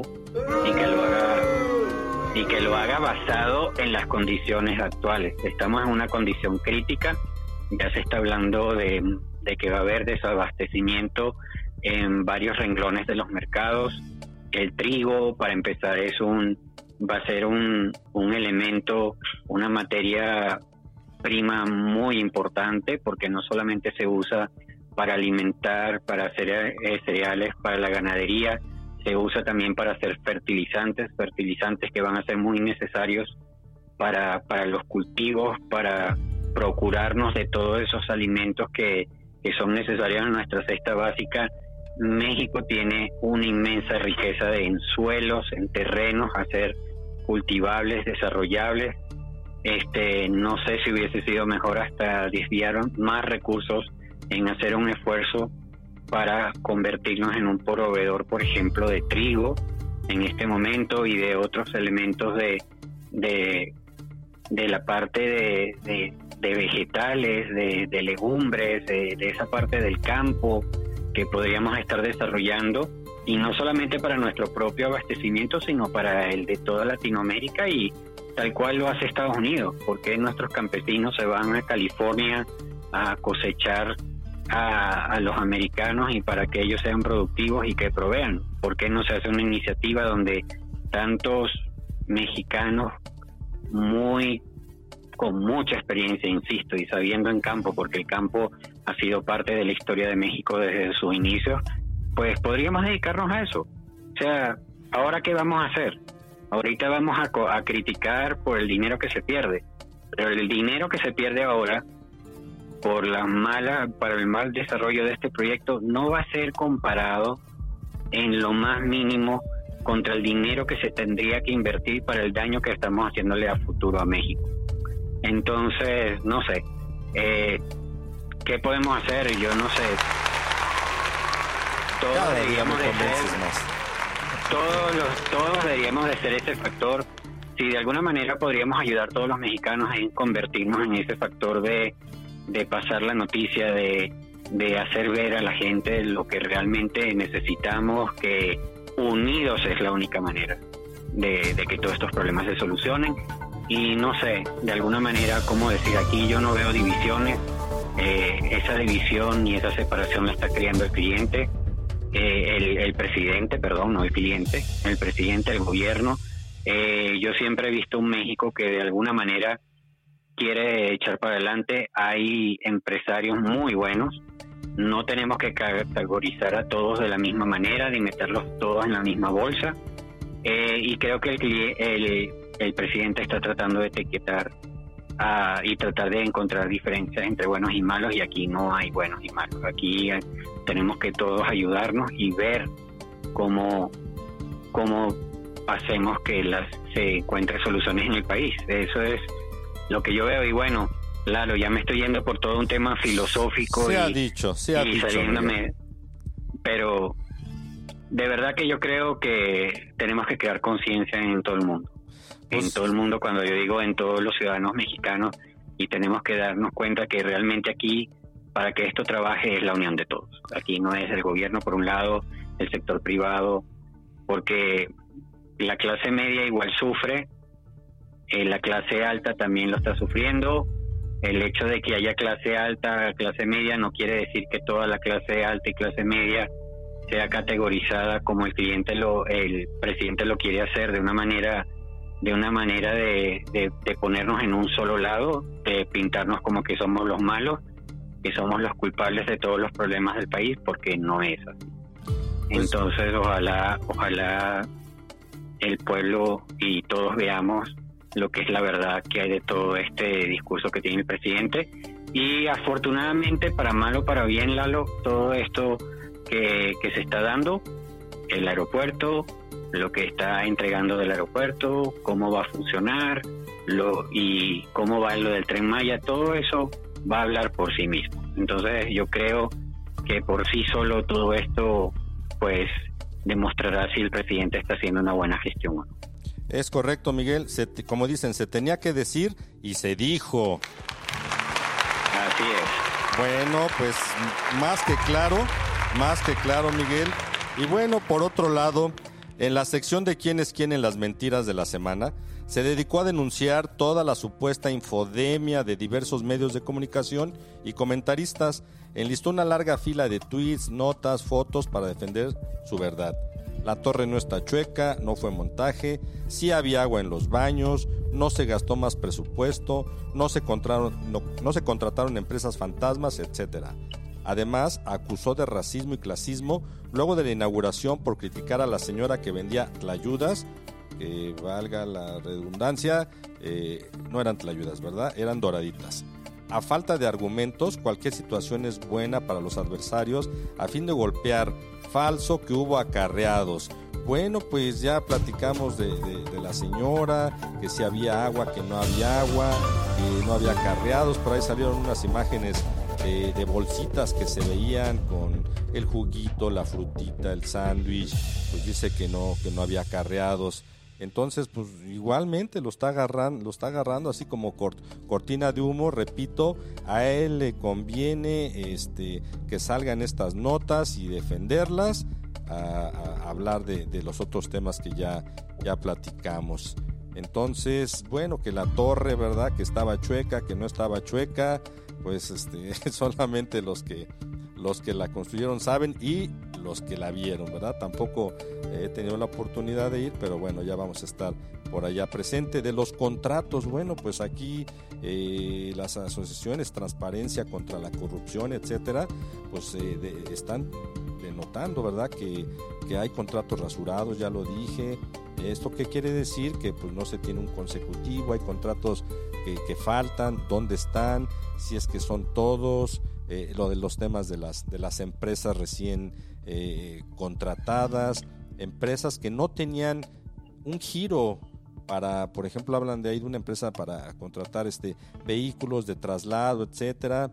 y que lo haga basado en las condiciones actuales. Estamos en una condición crítica, ya se está hablando de que va a haber desabastecimiento en varios renglones de los mercados. El trigo, para empezar, va a ser un elemento, una materia prima muy importante, porque no solamente se usa para alimentar, para hacer cereales, para la ganadería, se usa también para hacer fertilizantes que van a ser muy necesarios para los cultivos, para procurarnos de todos esos alimentos que son necesarios en nuestra cesta básica. México tiene una inmensa riqueza en suelos, en terrenos a ser cultivables, desarrollables. no sé si hubiese sido mejor hasta desviar más recursos en hacer un esfuerzo para convertirnos en un proveedor, por ejemplo, de trigo en este momento y de otros elementos de la parte de vegetales, de legumbres, de esa parte del campo que podríamos estar desarrollando, y no solamente para nuestro propio abastecimiento, sino para el de toda Latinoamérica, y tal cual lo hace Estados Unidos. Porque nuestros campesinos se van a California a cosechar a los americanos y para que ellos sean productivos y que provean? ¿Por qué no se hace una iniciativa donde tantos mexicanos con mucha experiencia, insisto, y sabiendo en campo, porque el campo ha sido parte de la historia de México desde sus inicios, pues podríamos dedicarnos a eso? O sea, ¿ahora qué vamos a hacer? Ahorita vamos a criticar por el dinero que se pierde, pero el dinero que se pierde ahora para el mal desarrollo de este proyecto no va a ser comparado en lo más mínimo contra el dinero que se tendría que invertir para el daño que estamos haciéndole a futuro a México. Entonces, no sé, ¿qué podemos hacer? Yo no sé. Todos deberíamos de ser ese factor. Si de alguna manera podríamos ayudar a todos los mexicanos en convertirnos en ese factor de pasar la noticia, de hacer ver a la gente lo que realmente necesitamos, que unidos es la única manera de que todos estos problemas se solucionen. Y no sé, de alguna manera, cómo decir, aquí yo no veo divisiones. Esa división y esa separación la está creando el cliente, el presidente, perdón, no el cliente, el presidente, el gobierno. Yo siempre he visto un México que de alguna manera quiere echar para adelante. Hay empresarios muy buenos. No tenemos que categorizar a todos de la misma manera, ni meterlos todos en la misma bolsa. Y creo que el presidente está tratando de etiquetar y tratar de encontrar diferencias entre buenos y malos, y aquí no hay buenos y malos. Aquí tenemos que todos ayudarnos y ver cómo hacemos que se encuentren soluciones en el país. Eso es lo que yo veo. Y bueno, Lalo, ya me estoy yendo por todo un tema filosófico. Se ha dicho. Saliéndome, pero de verdad que yo creo que tenemos que crear conciencia en todo el mundo. En todo el mundo, cuando yo digo en todos los ciudadanos mexicanos, y tenemos que darnos cuenta que realmente aquí, para que esto trabaje, es la unión de todos. Aquí no es el gobierno por un lado, el sector privado, porque la clase media igual sufre, la clase alta también lo está sufriendo. El hecho de que haya clase alta, clase media, no quiere decir que toda la clase alta y clase media sea categorizada como el presidente lo quiere hacer, de una manera de ponernos en un solo lado, de pintarnos como que somos los malos, que somos los culpables de todos los problemas del país, porque no es así. Entonces, ojalá el pueblo y todos veamos lo que es la verdad que hay de todo este discurso que tiene el presidente. Y afortunadamente, para mal o para bien, Lalo, todo esto que se está dando, el aeropuerto, lo que está entregando del aeropuerto, cómo va a funcionar, y cómo va lo del Tren Maya, todo eso va a hablar por sí mismo. Entonces yo creo que por sí solo todo esto pues demostrará si el presidente está haciendo una buena gestión o no. Es correcto, Miguel. Como dicen, se tenía que decir y se dijo. Así es. Bueno, pues más que claro, Miguel. Y bueno, por otro lado, en la sección de quién es quién en las mentiras de la semana, se dedicó a denunciar toda la supuesta infodemia de diversos medios de comunicación y comentaristas. Enlistó una larga fila de tweets, notas, fotos para defender su verdad. La torre no está chueca, no fue montaje, sí había agua en los baños, no se gastó más presupuesto, no se contrataron empresas fantasmas, etc. Además, acusó de racismo y clasismo luego de la inauguración por criticar a la señora que vendía tlayudas, valga la redundancia, no eran tlayudas, ¿verdad? Eran doraditas. A falta de argumentos, cualquier situación es buena para los adversarios a fin de golpear. Falso que hubo acarreados. bueno, pues ya platicamos de la señora, que si había agua, que no había agua, que no había acarreados. Por ahí salieron unas imágenes de bolsitas que se veían con el juguito, la frutita, el sándwich. Pues dice que no había acarreados. Entonces, pues igualmente lo está agarrando así como cortina de humo. Repito, a él le conviene que salgan estas notas y defenderlas, a hablar de los otros temas que ya platicamos. Entonces, bueno, que la torre, ¿verdad?, que estaba chueca, que no estaba chueca, pues solamente los que la construyeron saben, y los que la vieron, ¿verdad? Tampoco he tenido la oportunidad de ir, pero bueno, ya vamos a estar por allá presente. De los contratos, bueno, pues aquí las asociaciones Transparencia contra la Corrupción, etcétera, pues están denotando, ¿verdad?, que hay contratos rasurados, ya lo dije. ¿Esto qué quiere decir? Que pues no se tiene un consecutivo, hay contratos que faltan, ¿dónde están? Si es que son todos. Lo de los temas de las empresas recién contratadas, empresas que no tenían un giro para, por ejemplo, hablan de ahí de una empresa para contratar vehículos de traslado, etcétera,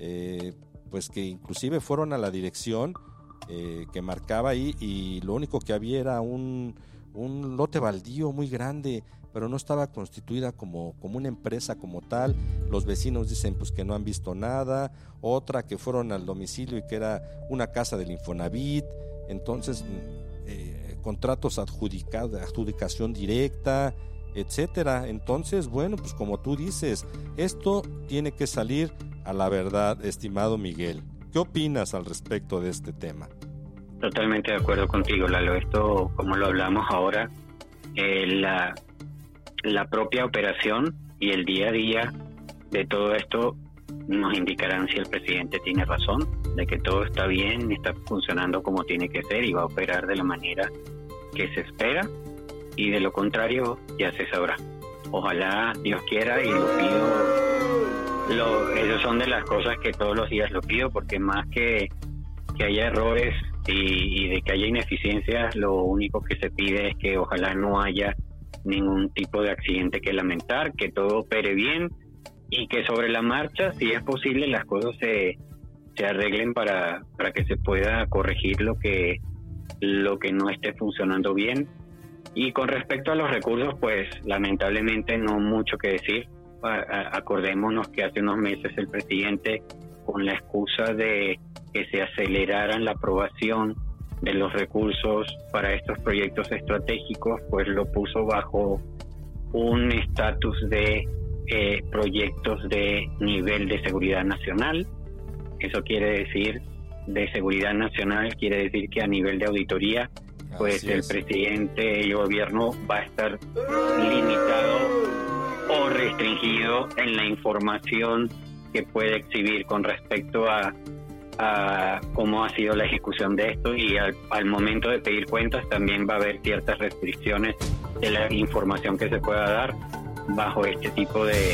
pues que inclusive fueron a la dirección que marcaba ahí, y lo único que había era un lote baldío muy grande, pero no estaba constituida como una empresa como tal. Los vecinos dicen pues que no han visto nada. Otra que fueron al domicilio y que era una casa del Infonavit. Entonces contratos adjudicación directa, etcétera. Entonces, bueno, pues como tú dices, esto tiene que salir a la verdad, estimado Miguel. ¿Qué opinas al respecto de este tema? Totalmente de acuerdo contigo, Lalo. Esto, como lo hablamos ahora, la propia operación y el día a día de todo esto nos indicarán si el presidente tiene razón, de que todo está bien, está funcionando como tiene que ser y va a operar de la manera que se espera, y de lo contrario ya se sabrá. Ojalá Dios quiera, y lo pido. Esas son de las cosas que todos los días lo pido, porque más que haya errores y de que haya ineficiencias, lo único que se pide es que ojalá no haya ningún tipo de accidente que lamentar, que todo opere bien, y que sobre la marcha, si es posible, las cosas se arreglen para que se pueda corregir lo que no esté funcionando bien. Y con respecto a los recursos, pues lamentablemente no mucho que decir. Acordémonos que hace unos meses el presidente, con la excusa de que se aceleraran la aprobación de los recursos para estos proyectos estratégicos, pues lo puso bajo un estatus de proyectos de nivel de seguridad nacional. Eso quiere decir, de seguridad nacional, quiere decir que a nivel de auditoría, pues el presidente y el gobierno va a estar limitado o restringido en la información que puede exhibir con respecto a cómo ha sido la ejecución de esto, y al momento de pedir cuentas también va a haber ciertas restricciones de la información que se pueda dar bajo este tipo de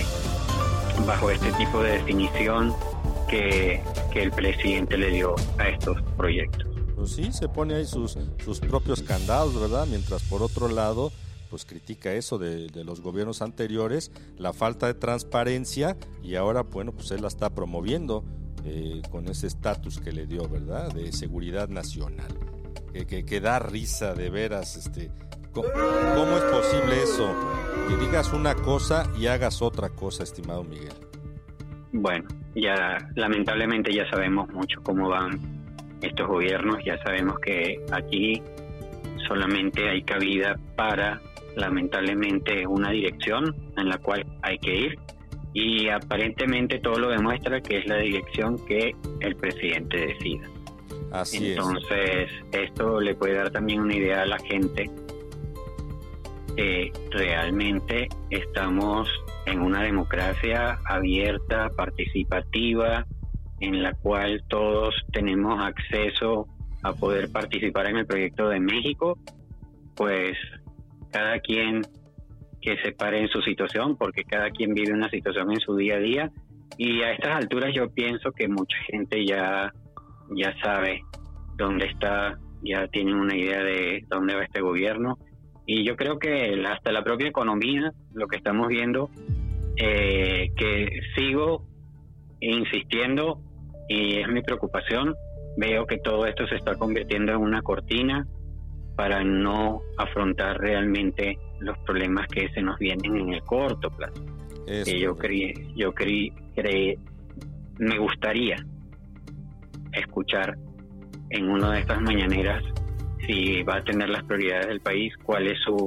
definición que el presidente le dio a estos proyectos. Pues sí, se pone ahí sus propios candados, ¿verdad? Mientras por otro lado pues critica eso de los gobiernos anteriores, la falta de transparencia, y ahora bueno, pues él la está promoviendo con ese estatus que le dio, ¿verdad?, de seguridad nacional, que da risa de veras. ¿Cómo es posible eso? Que digas una cosa y hagas otra cosa, estimado Miguel. Bueno, ya lamentablemente ya sabemos mucho cómo van estos gobiernos, ya sabemos que aquí solamente hay cabida para, lamentablemente, una dirección en la cual hay que ir, y aparentemente todo lo demuestra que es la dirección que el presidente decida. Así Entonces, esto le puede dar también una idea a la gente que realmente estamos en una democracia abierta, participativa, en la cual todos tenemos acceso a poder participar en el proyecto de México. Pues cada quien que se pare en su situación, porque cada quien vive una situación en su día a día, y a estas alturas yo pienso que mucha gente ya sabe dónde está ya tienen una idea de dónde va este gobierno. Y yo creo que hasta la propia economía, lo que estamos viendo, que sigo insistiendo, y es mi preocupación, veo que todo esto se está convirtiendo en una cortina para no afrontar realmente los problemas que se nos vienen en el corto plazo. Me gustaría escuchar en una de estas mañaneras si va a tener las prioridades del país, cuál es su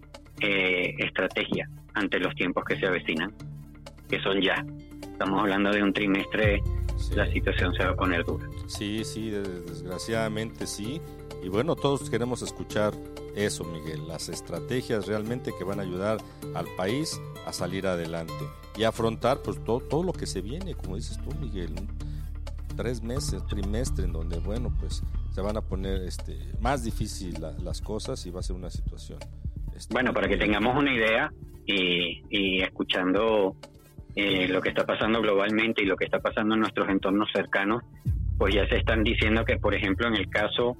estrategia ante los tiempos que se avecinan, que son ya. Estamos hablando de un trimestre, la situación se va a poner dura. Sí, desgraciadamente sí. Y bueno, todos queremos escuchar eso, Miguel, las estrategias realmente que van a ayudar al país a salir adelante y afrontar pues todo lo que se viene, como dices tú, Miguel, 3 meses, trimestre en donde bueno, pues se van a poner más difícil las cosas y va a ser una situación. Bueno, para que tengamos una idea y escuchando lo que está pasando globalmente y lo que está pasando en nuestros entornos cercanos, pues ya se están diciendo que, por ejemplo, en el caso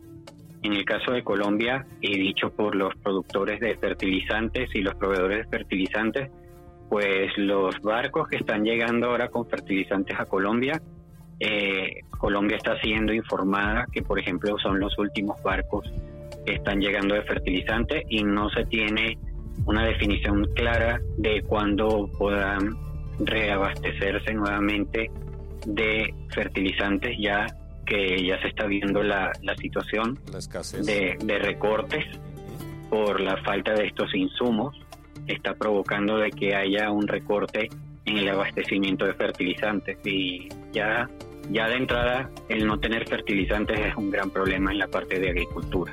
de Colombia, y dicho por los productores de fertilizantes y los proveedores de fertilizantes, pues los barcos que están llegando ahora con fertilizantes a Colombia, Colombia está siendo informada que, por ejemplo, son los últimos barcos que están llegando de fertilizantes y no se tiene una definición clara de cuándo puedan reabastecerse nuevamente de fertilizantes, ya que ya se está viendo la situación, la escasez de recortes por la falta de estos insumos, está provocando de que haya un recorte en el abastecimiento de fertilizantes, y ya de entrada el no tener fertilizantes es un gran problema en la parte de agricultura.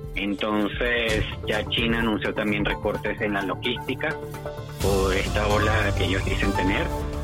Entonces ya China anunció también recortes en la logística por esta ola que ellos dicen tener.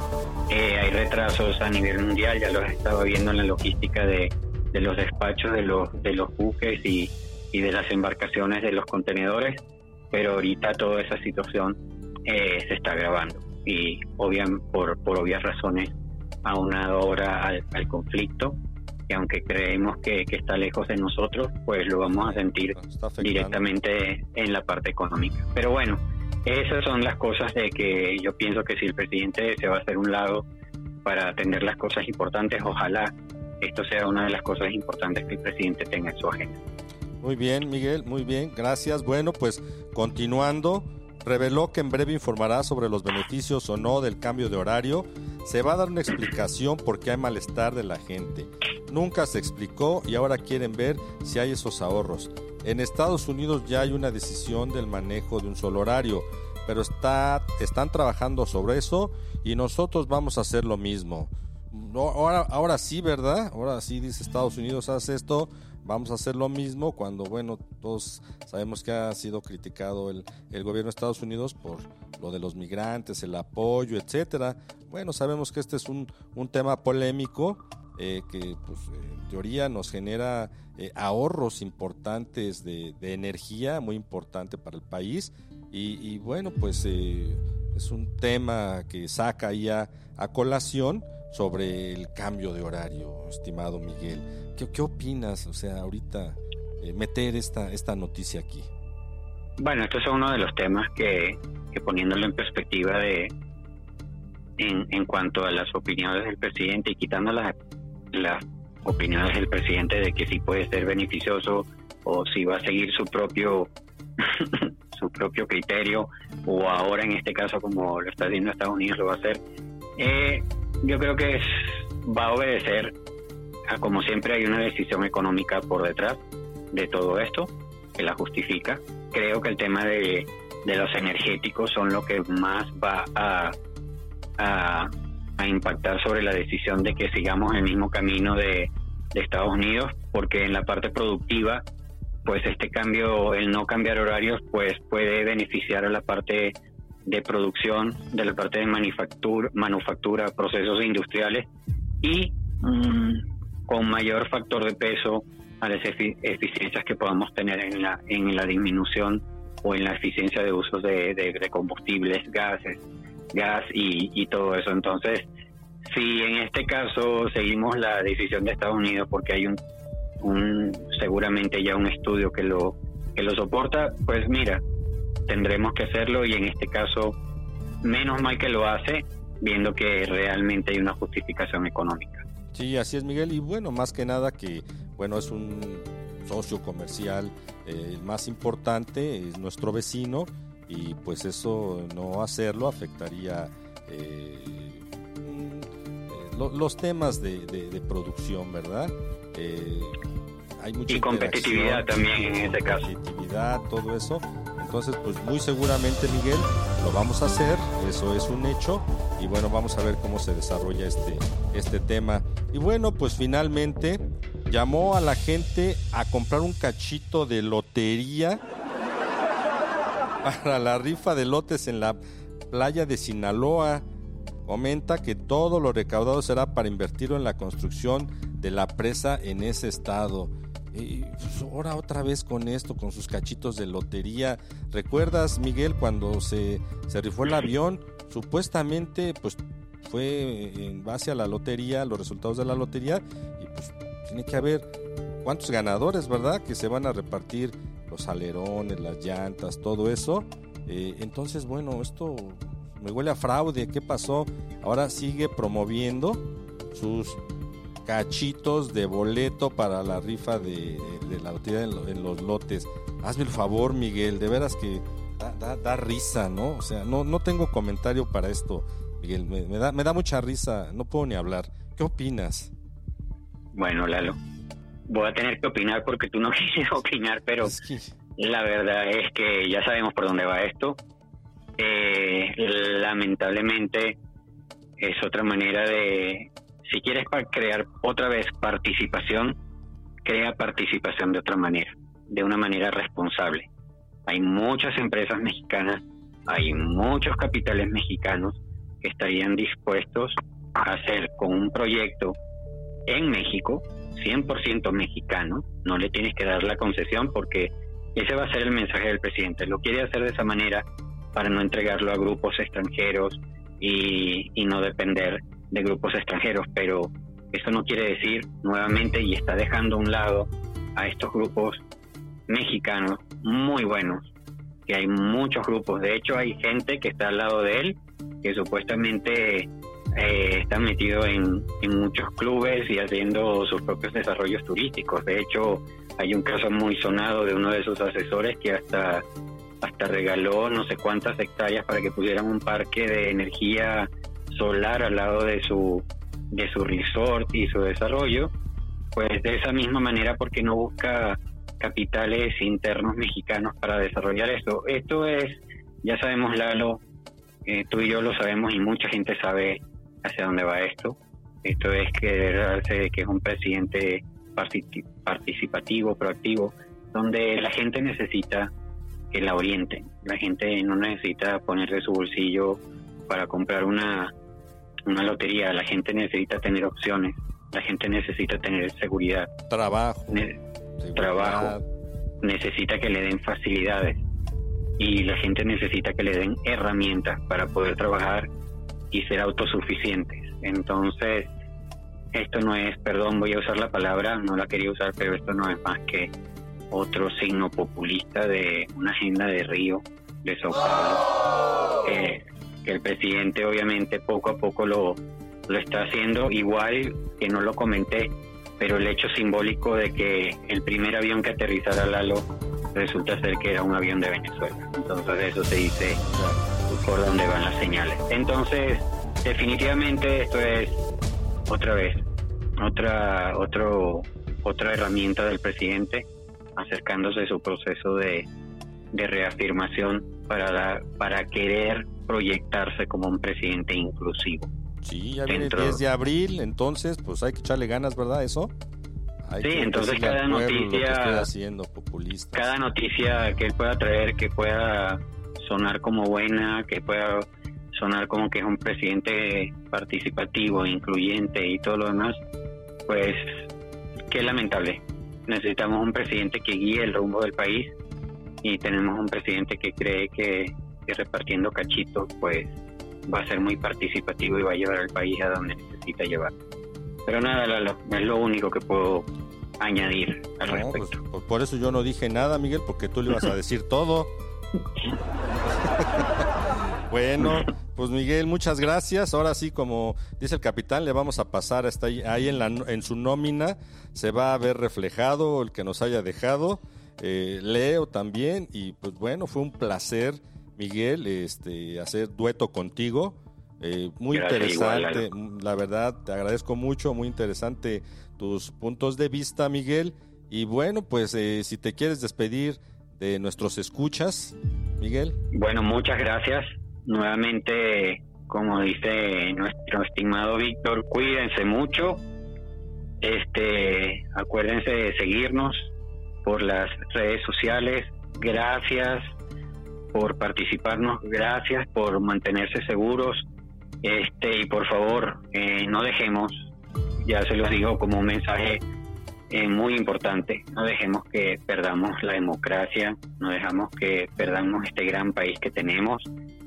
Hay retrasos a nivel mundial, ya los estaba viendo en la logística de los despachos de los buques y de las embarcaciones de los contenedores, pero ahorita toda esa situación se está agravando y por obvias razones aunado ahora al conflicto, que aunque creemos que está lejos de nosotros, pues lo vamos a sentir directamente en la parte económica. Pero bueno, esas son las cosas de que yo pienso que si el presidente se va a hacer un lado para atender las cosas importantes, ojalá esto sea una de las cosas importantes que el presidente tenga en su agenda. Muy bien, Miguel, muy bien, gracias. Bueno, pues continuando, reveló que en breve informará sobre los beneficios o no del cambio de horario. Se va a dar una explicación por qué hay malestar de la gente. Nunca se explicó y ahora quieren ver si hay esos ahorros. En Estados Unidos ya hay una decisión del manejo de un solo horario, pero están trabajando sobre eso y nosotros vamos a hacer lo mismo. Ahora sí, ¿verdad? Ahora sí dice Estados Unidos, hace esto, vamos a hacer lo mismo, cuando, bueno, todos sabemos que ha sido criticado el gobierno de Estados Unidos por lo de los migrantes, el apoyo, etcétera. Bueno, sabemos que este es un tema polémico que, pues, en teoría nos genera ahorros importantes de energía, muy importante para el país, y bueno, pues es un tema que saca ya a colación sobre el cambio de horario, estimado Miguel. ¿Qué opinas? O sea, ahorita meter esta noticia aquí. Bueno, estos son uno de los temas que poniéndolo en perspectiva en cuanto a las opiniones del presidente y quitando las opiniones del presidente de que sí puede ser beneficioso o si va a seguir su propio su propio criterio, o ahora en este caso como lo está haciendo Estados Unidos lo va a hacer, yo creo que va a obedecer a, como siempre, hay una decisión económica por detrás de todo esto que la justifica. Creo que el tema de los energéticos son lo que más va a impactar sobre la decisión de que sigamos el mismo camino de Estados Unidos, porque en la parte productiva, pues este cambio, el no cambiar horarios, pues puede beneficiar a la parte de producción, de la parte de manufactura, procesos industriales, y con mayor factor de peso a las eficiencias que podamos tener en la disminución o en la eficiencia de usos de combustibles, gas y todo eso. Entonces, si en este caso seguimos la decisión de Estados Unidos, porque hay seguramente ya un estudio que lo soporta, pues mira, tendremos que hacerlo, y en este caso menos mal que lo hace, viendo que realmente hay una justificación económica. Sí, así es, Miguel, y bueno, más que nada que, bueno, es un socio comercial más importante, es nuestro vecino, y pues eso, no hacerlo afectaría los temas de producción, ¿verdad? Hay mucha y competitividad también en ese caso. Competitividad, todo eso. Entonces, pues muy seguramente, Miguel, lo vamos a hacer, eso es un hecho, y bueno, vamos a ver cómo se desarrolla este tema. Y bueno, pues finalmente llamó a la gente a comprar un cachito de lotería para la rifa de lotes en la playa de Sinaloa. Comenta que todo lo recaudado será para invertirlo en la construcción de la presa en ese estado. Y pues ahora otra vez con esto, con sus cachitos de lotería. ¿Recuerdas, Miguel, cuando se rifó el avión? Supuestamente pues fue en base a la lotería, los resultados de la lotería, y pues tiene que haber cuántos ganadores, ¿verdad? Que se van a repartir los alerones, las llantas, todo eso. Entonces, bueno, esto me huele a fraude. ¿Qué pasó? Ahora sigue promoviendo sus cachitos de boleto para la rifa de la lotería en los lotes. Hazme el favor, Miguel, de veras que da risa, ¿no? O sea, no tengo comentario para esto, Miguel, me da mucha risa, no puedo ni hablar. ¿Qué opinas? Bueno, Lalo, voy a tener que opinar porque tú no quieres opinar, pero la verdad es que ya sabemos por dónde va esto. Lamentablemente es otra manera de... Si quieres crear otra vez participación, crea participación de otra manera, de una manera responsable. Hay muchas empresas mexicanas, hay muchos capitales mexicanos que estarían dispuestos a hacer con un proyecto en México, 100% mexicano. No le tienes que dar la concesión porque ese va a ser el mensaje del presidente. Lo quiere hacer de esa manera para no entregarlo a grupos extranjeros y no depender de grupos extranjeros, pero eso no quiere decir, nuevamente, y está dejando a un lado a estos grupos mexicanos muy buenos, que hay muchos grupos. De hecho, hay gente que está al lado de él que supuestamente está metido en muchos clubes y haciendo sus propios desarrollos turísticos. De hecho, hay un caso muy sonado de uno de sus asesores que hasta regaló no sé cuántas hectáreas para que pusieran un parque de energía solar al lado de su resort y su desarrollo. Pues de esa misma manera, porque no busca capitales internos mexicanos para desarrollar esto. Esto es, ya sabemos, Lalo, tú y yo lo sabemos y mucha gente sabe hacia dónde va esto. Esto es que es un presidente participativo, proactivo, donde la gente necesita que la orienten. La gente no necesita poner de su bolsillo para comprar una lotería. La gente necesita tener opciones, la gente necesita tener seguridad, trabajo, necesita que le den facilidades, y la gente necesita que le den herramientas para poder trabajar y ser autosuficientes. Entonces, esto no es, perdón, voy a usar la palabra, no la quería usar, pero esto no es más que otro signo populista de una agenda de Río, de Sao Paulo, que el presidente obviamente poco a poco lo está haciendo. Igual que no lo comenté, pero el hecho simbólico de que el primer avión que aterrizara, Lalo, resulta ser que era un avión de Venezuela. Entonces eso se dice por dónde van las señales. Entonces, definitivamente esto es otra vez otra herramienta del presidente acercándose a su proceso de reafirmación para querer proyectarse como un presidente inclusivo. Sí, ya viene el 10 de abril, entonces pues hay que echarle ganas, ¿verdad? Eso. Sí, entonces cada noticia, cada noticia que él pueda traer, que pueda sonar como buena, que pueda sonar como que es un presidente participativo, incluyente y todo lo demás, pues qué lamentable. Necesitamos un presidente que guíe el rumbo del país, y tenemos un presidente que cree que repartiendo cachitos pues va a ser muy participativo y va a llevar al país a donde necesita llevar. Pero nada, Lalo, es lo único que puedo añadir al respecto. Pues por eso yo no dije nada, Miguel, porque tú le ibas a decir todo. Bueno, pues Miguel, muchas gracias. Ahora sí, como dice el capitán, le vamos a pasar hasta ahí en su nómina. Se va a ver reflejado el que nos haya dejado. Leo también. Y pues bueno, fue un placer, Miguel, hacer dueto contigo. Muy gracias, interesante, igual, la verdad, te agradezco mucho, muy interesante tus puntos de vista, Miguel. Y bueno, pues si te quieres despedir de nuestros escuchas, Miguel. Bueno, muchas gracias. Nuevamente, como dice nuestro estimado Víctor, cuídense mucho. Acuérdense de seguirnos por las redes sociales. Gracias por participarnos, gracias por mantenerse seguros. Y por favor, no dejemos, ya se los digo como un mensaje muy importante, no dejemos que perdamos la democracia, no dejamos que perdamos este gran país que tenemos.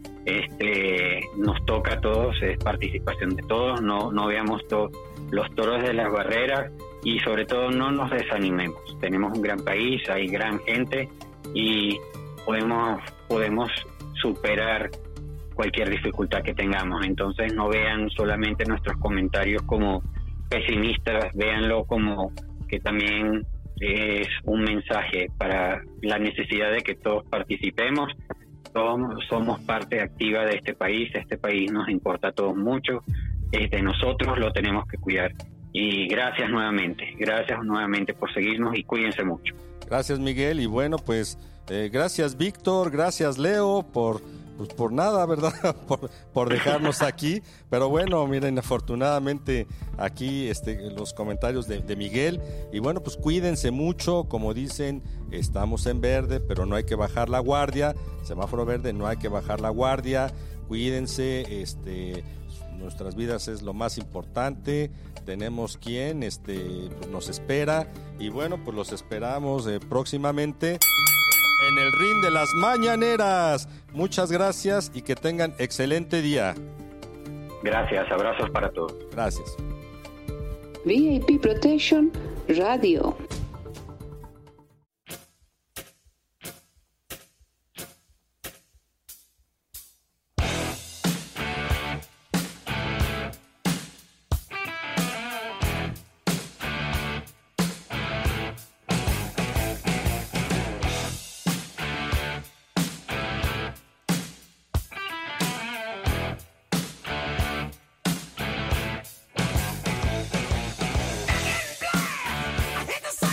Nos toca a todos, es participación de todos, no veamos los toros de las barreras y sobre todo no nos desanimemos. Tenemos un gran país, hay gran gente y podemos superar cualquier dificultad que tengamos. Entonces no vean solamente nuestros comentarios como pesimistas, véanlo como que también es un mensaje para la necesidad de que todos participemos. Todos somos parte activa de este país nos importa a todos mucho, de nosotros lo tenemos que cuidar. Y gracias nuevamente por seguirnos y cuídense mucho. Gracias, Miguel, y bueno, pues gracias, Víctor, gracias, Leo, por nada, ¿verdad? por dejarnos aquí. Pero bueno, miren, afortunadamente aquí los comentarios de Miguel. Y bueno, pues cuídense mucho, como dicen, estamos en verde, pero no hay que bajar la guardia. Semáforo verde, no hay que bajar la guardia. Cuídense, nuestras vidas es lo más importante. Tenemos quien pues nos espera. Y bueno, pues los esperamos próximamente en el ring de las mañaneras. Muchas gracias y que tengan excelente día. Gracias, abrazos para todos. Gracias. VIP Protection Radio. Hit the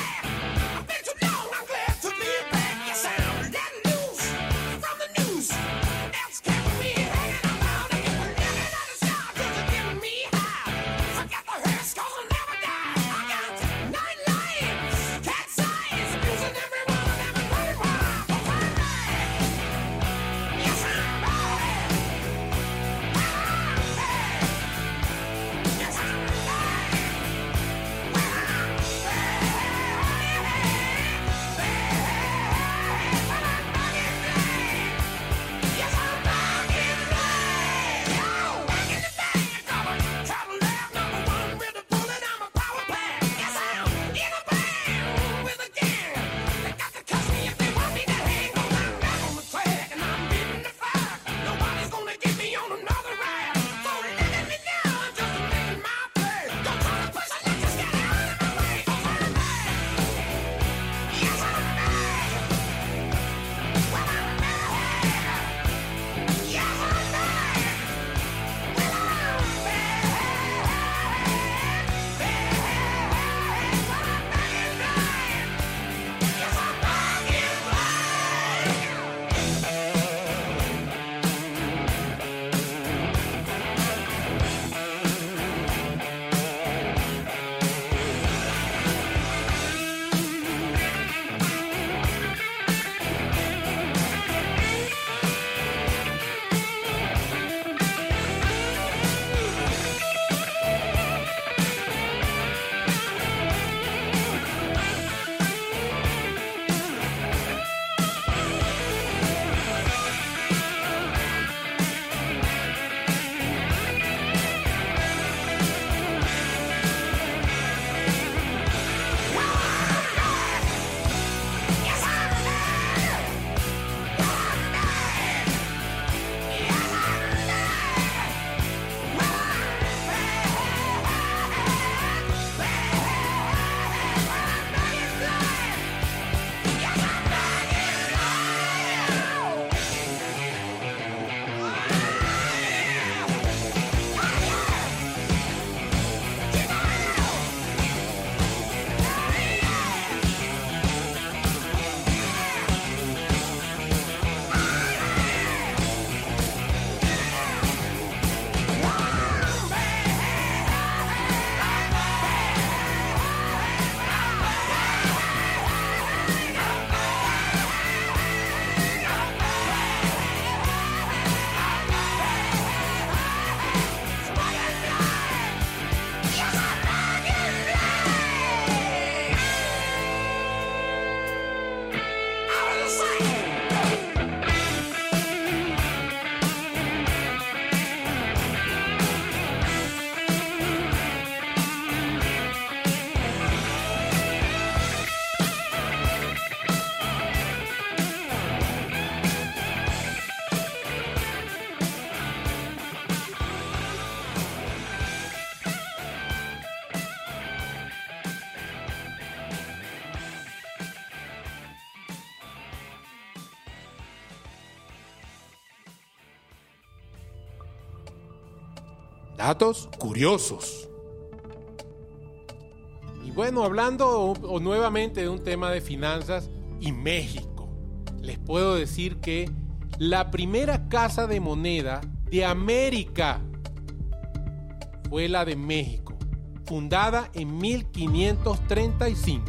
Datos curiosos. Y bueno, hablando nuevamente de un tema de finanzas y México, les puedo decir que la primera casa de moneda de América fue la de México, fundada en 1535.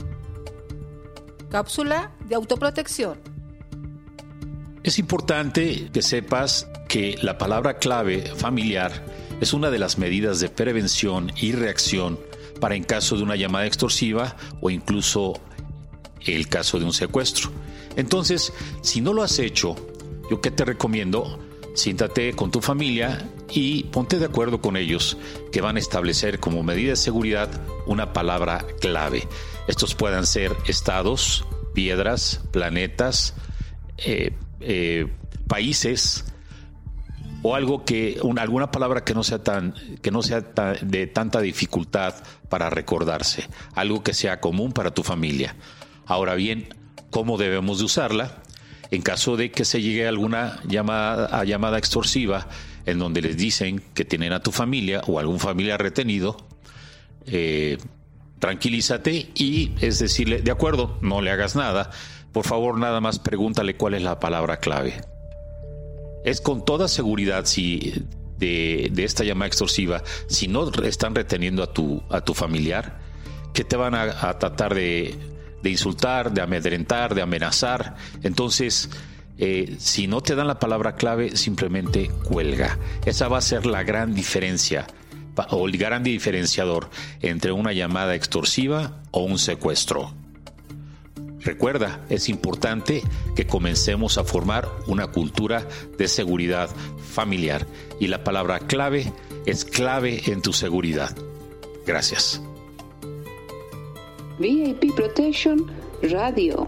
Cápsula de autoprotección. Es importante que sepas que la palabra clave familiar es una de las medidas de prevención y reacción para en caso de una llamada extorsiva o incluso el caso de un secuestro. Entonces, si no lo has hecho, yo que te recomiendo, siéntate con tu familia y ponte de acuerdo con ellos que van a establecer como medida de seguridad una palabra clave. Estos puedan ser estados, piedras, planetas, países o algo alguna palabra que no sea de tanta dificultad para recordarse, algo que sea común para tu familia. Ahora bien, ¿cómo debemos de usarla? En caso de que se llegue a alguna llamada extorsiva en donde les dicen que tienen a tu familia o algún familiar retenido, tranquilízate y es decirle, de acuerdo, no le hagas nada, por favor nada más pregúntale cuál es la palabra clave. Es con toda seguridad si de esta llamada extorsiva, si no están reteniendo a tu familiar, que te van a tratar de insultar, de amedrentar, de amenazar. Entonces, si no te dan la palabra clave, simplemente cuelga. Esa va a ser la gran diferencia o el gran diferenciador entre una llamada extorsiva o un secuestro. Recuerda, es importante que comencemos a formar una cultura de seguridad familiar y la palabra clave es clave en tu seguridad. Gracias. VIP Protection Radio.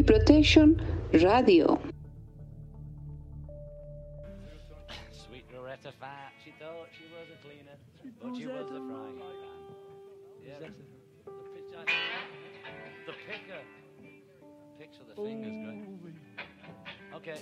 Protection Radio. Sweet Loretta Fat, she thought she was a cleaner, but she was a frying pan. Yeah, the picker. Picks with the fingers, great. Okay.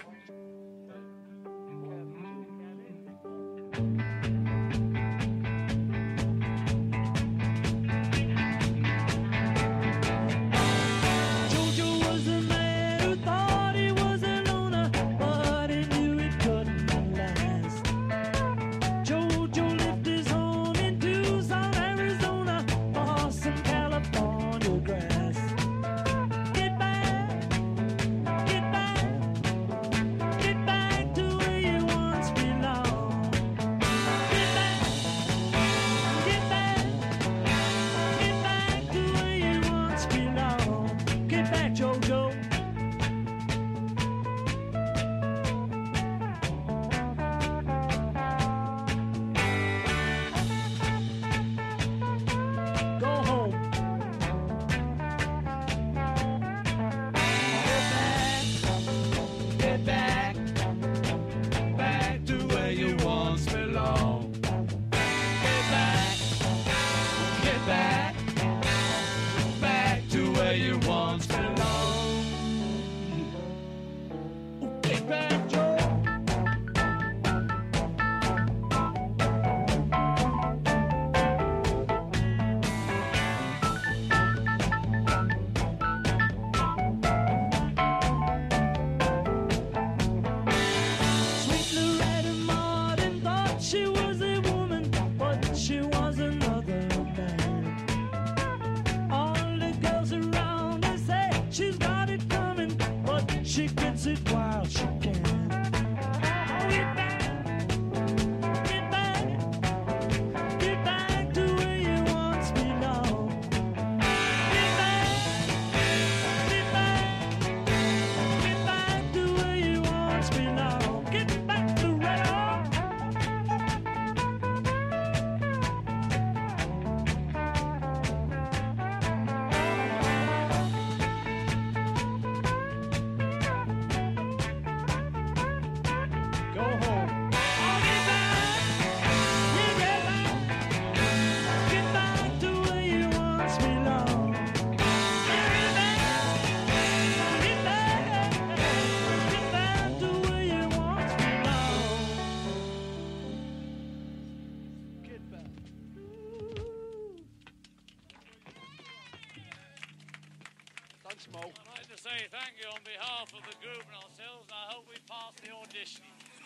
I'd like to say thank you on behalf of the group and ourselves, and I hope we pass the audition.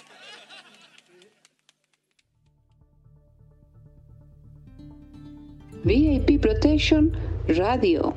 VIP Protection Radio.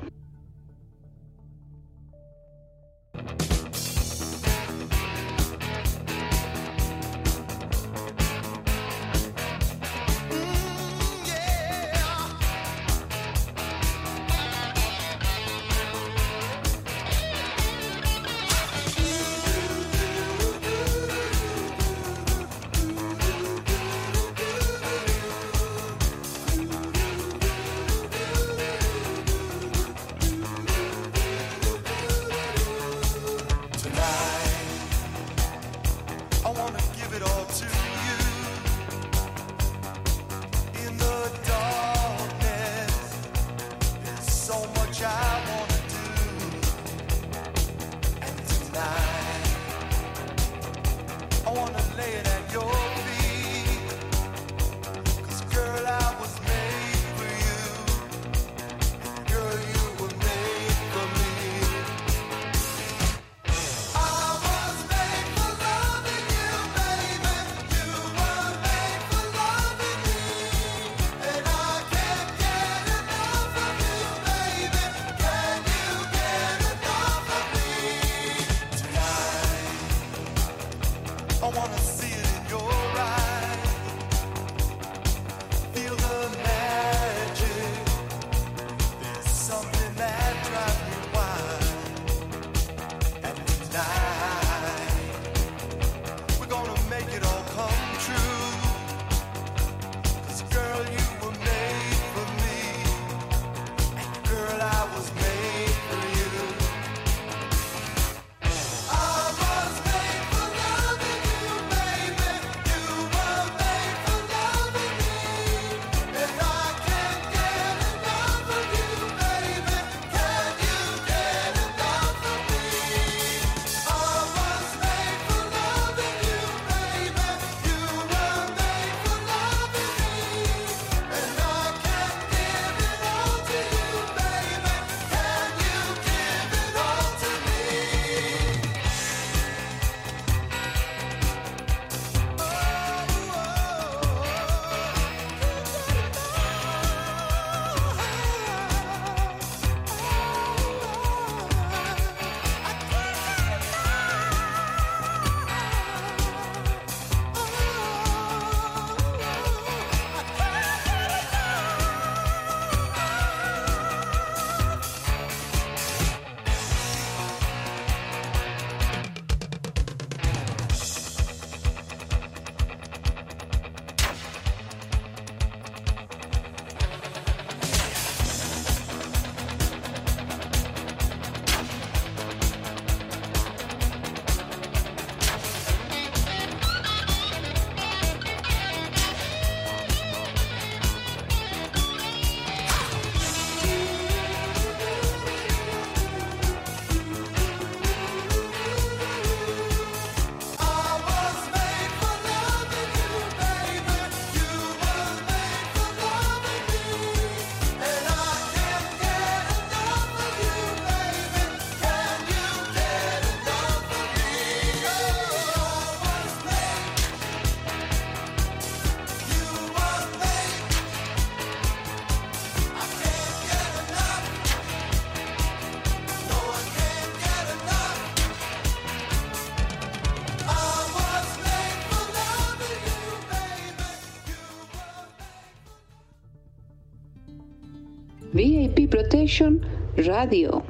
VIP Protection Radio.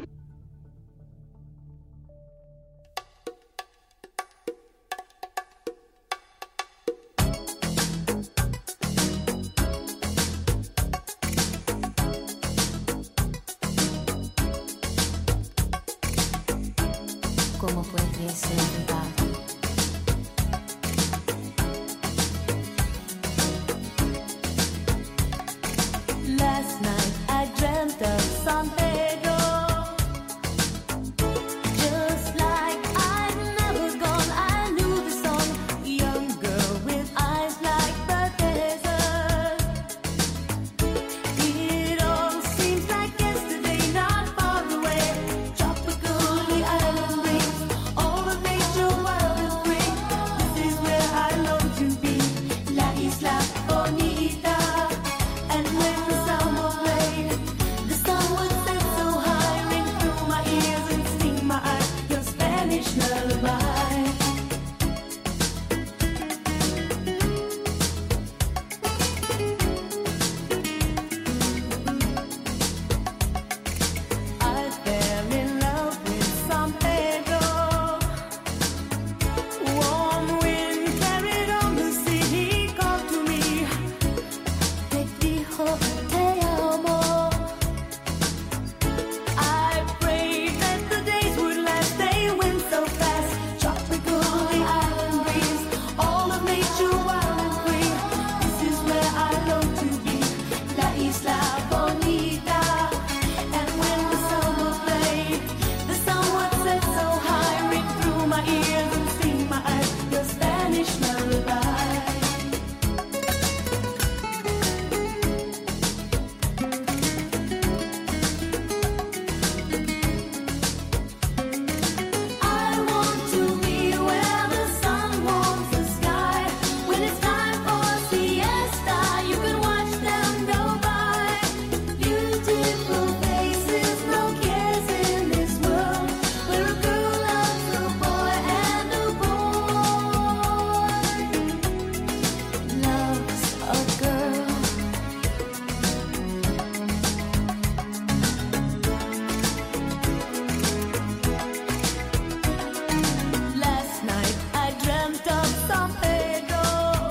¿Cómo puede ser verdad? Last night I dreamt of San Pedro, just like I'd never gone. I knew the song, young girl with eyes like the desert. It all seems like yesterday, not far away. Tropical, the island breeze, all of nature wild and free. This is where I long to be, La Isla Bonita. And when the summer played, the sun would set so high, ring through my ears and sting my eyes, your Spanish lullaby. I fell in love with San Pedro. Warm wind carried on the sea, he called to me. Te dijo te amo. I prayed that the days would last, they went so fast. Tropical, the island breeze, all of nature wild and free. This is where I long to be, La Isla Bonita. And when the summer played, the sun would set so high, ring through my ears and sting my eyes, your Spanish lullaby. I want to be where the sun warms the sky. When it's time for siesta, you can watch them go by. Beautiful faces, no cares in this world. Where a girl loves a boy and a boy loves a girl. Last night I dreamt of San Pedro.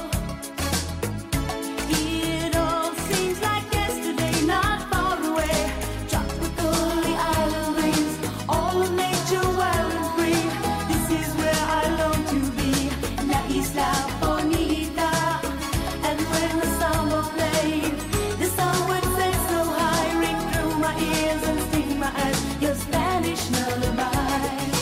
It all seems like yesterday, not far away. Tropical, the island breeze, all of nature wild and free. This is where I long to be, La Isla Bonita. And when the summer played, the sun would set so high, ring through my ears and sting my eyes, your Spanish lullaby.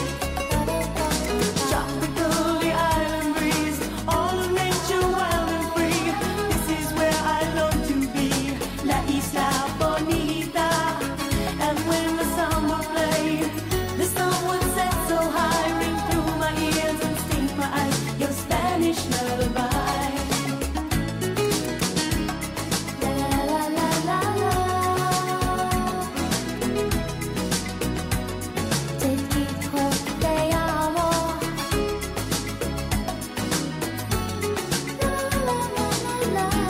Tropical, the island breeze, all of nature wild and free. This is where I long to be, La Isla Bonita. And when the summer played, the sun would set so high, ring through my ears and sting my eyes, your Spanish lullaby. La la la la la. Te dijo te amo. La la la la la.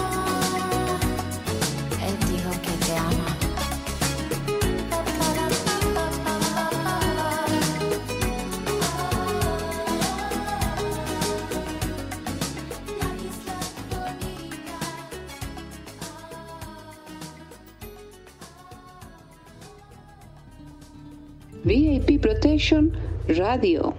Él dijo que te ama. VIP Protection Radio.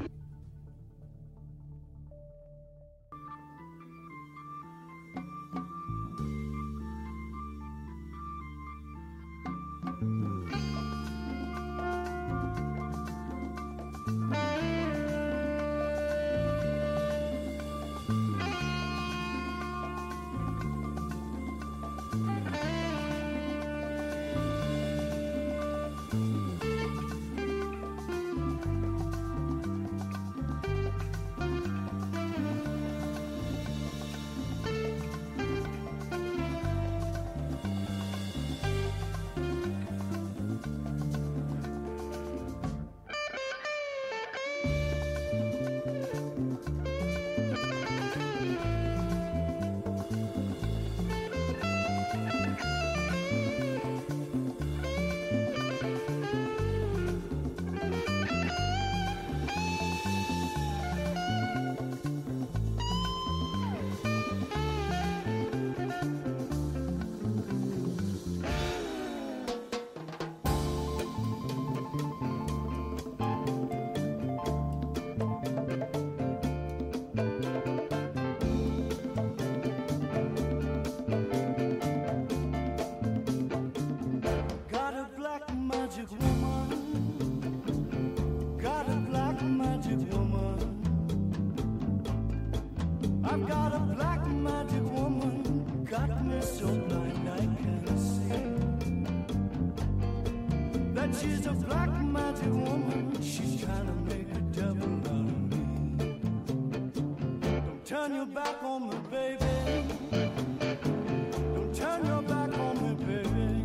turn your back on me, baby. Don't turn your back on me, baby.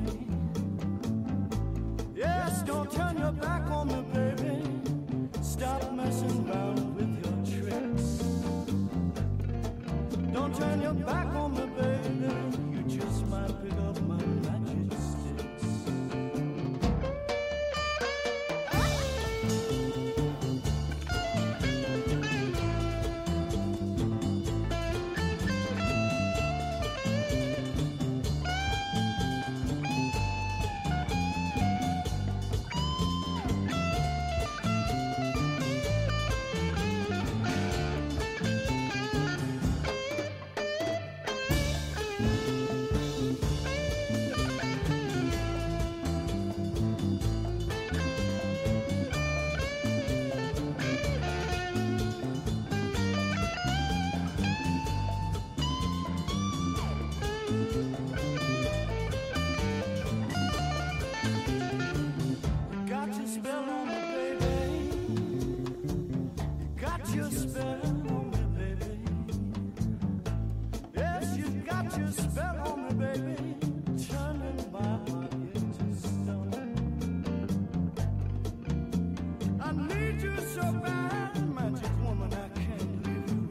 Yes, don't turn your back on me, baby. Stop messing around with your tricks. Don't turn your back on me, baby. You just might pick up my magic sticks. Got your spell on me, baby. You got your spell on me, baby. Yes, you got your spell on me, baby. Turning my heart into stone. I need you so bad, magic woman, I can't leave you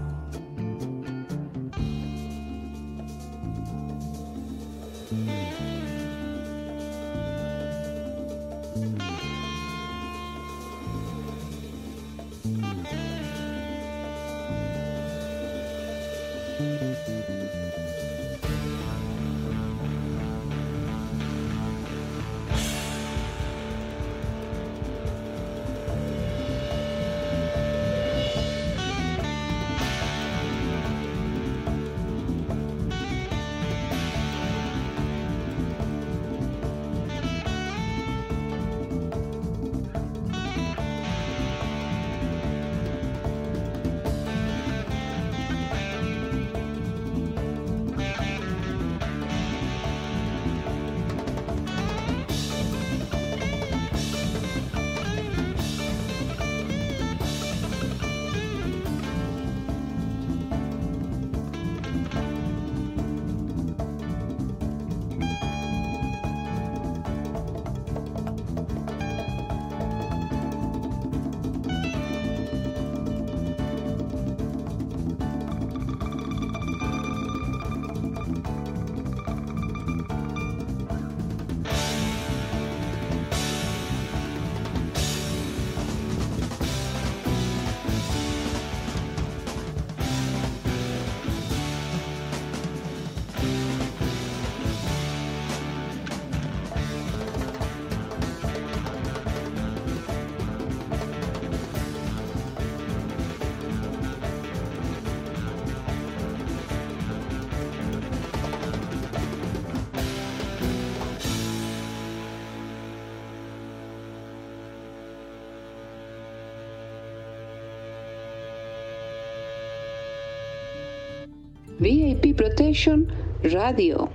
VIP Protection Radio.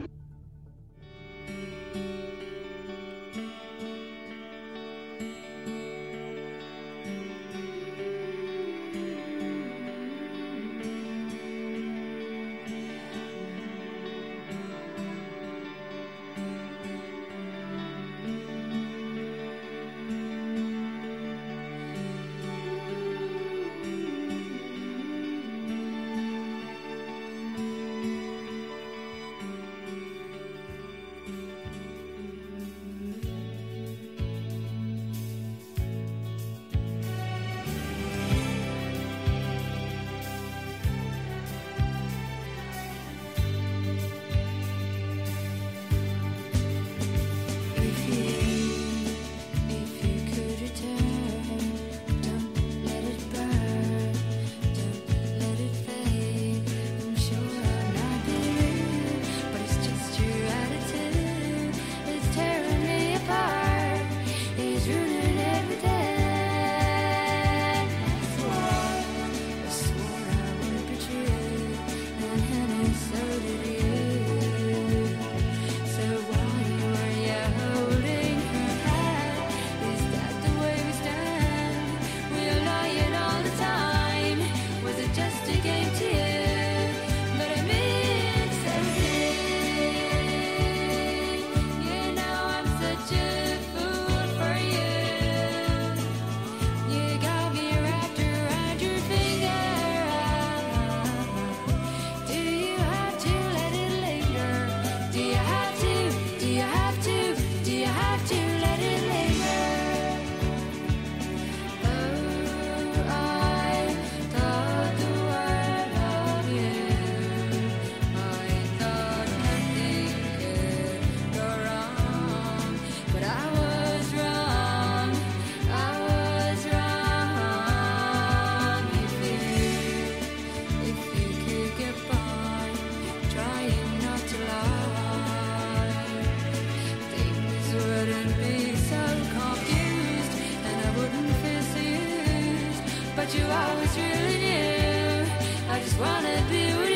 it's really you. I just wanna be with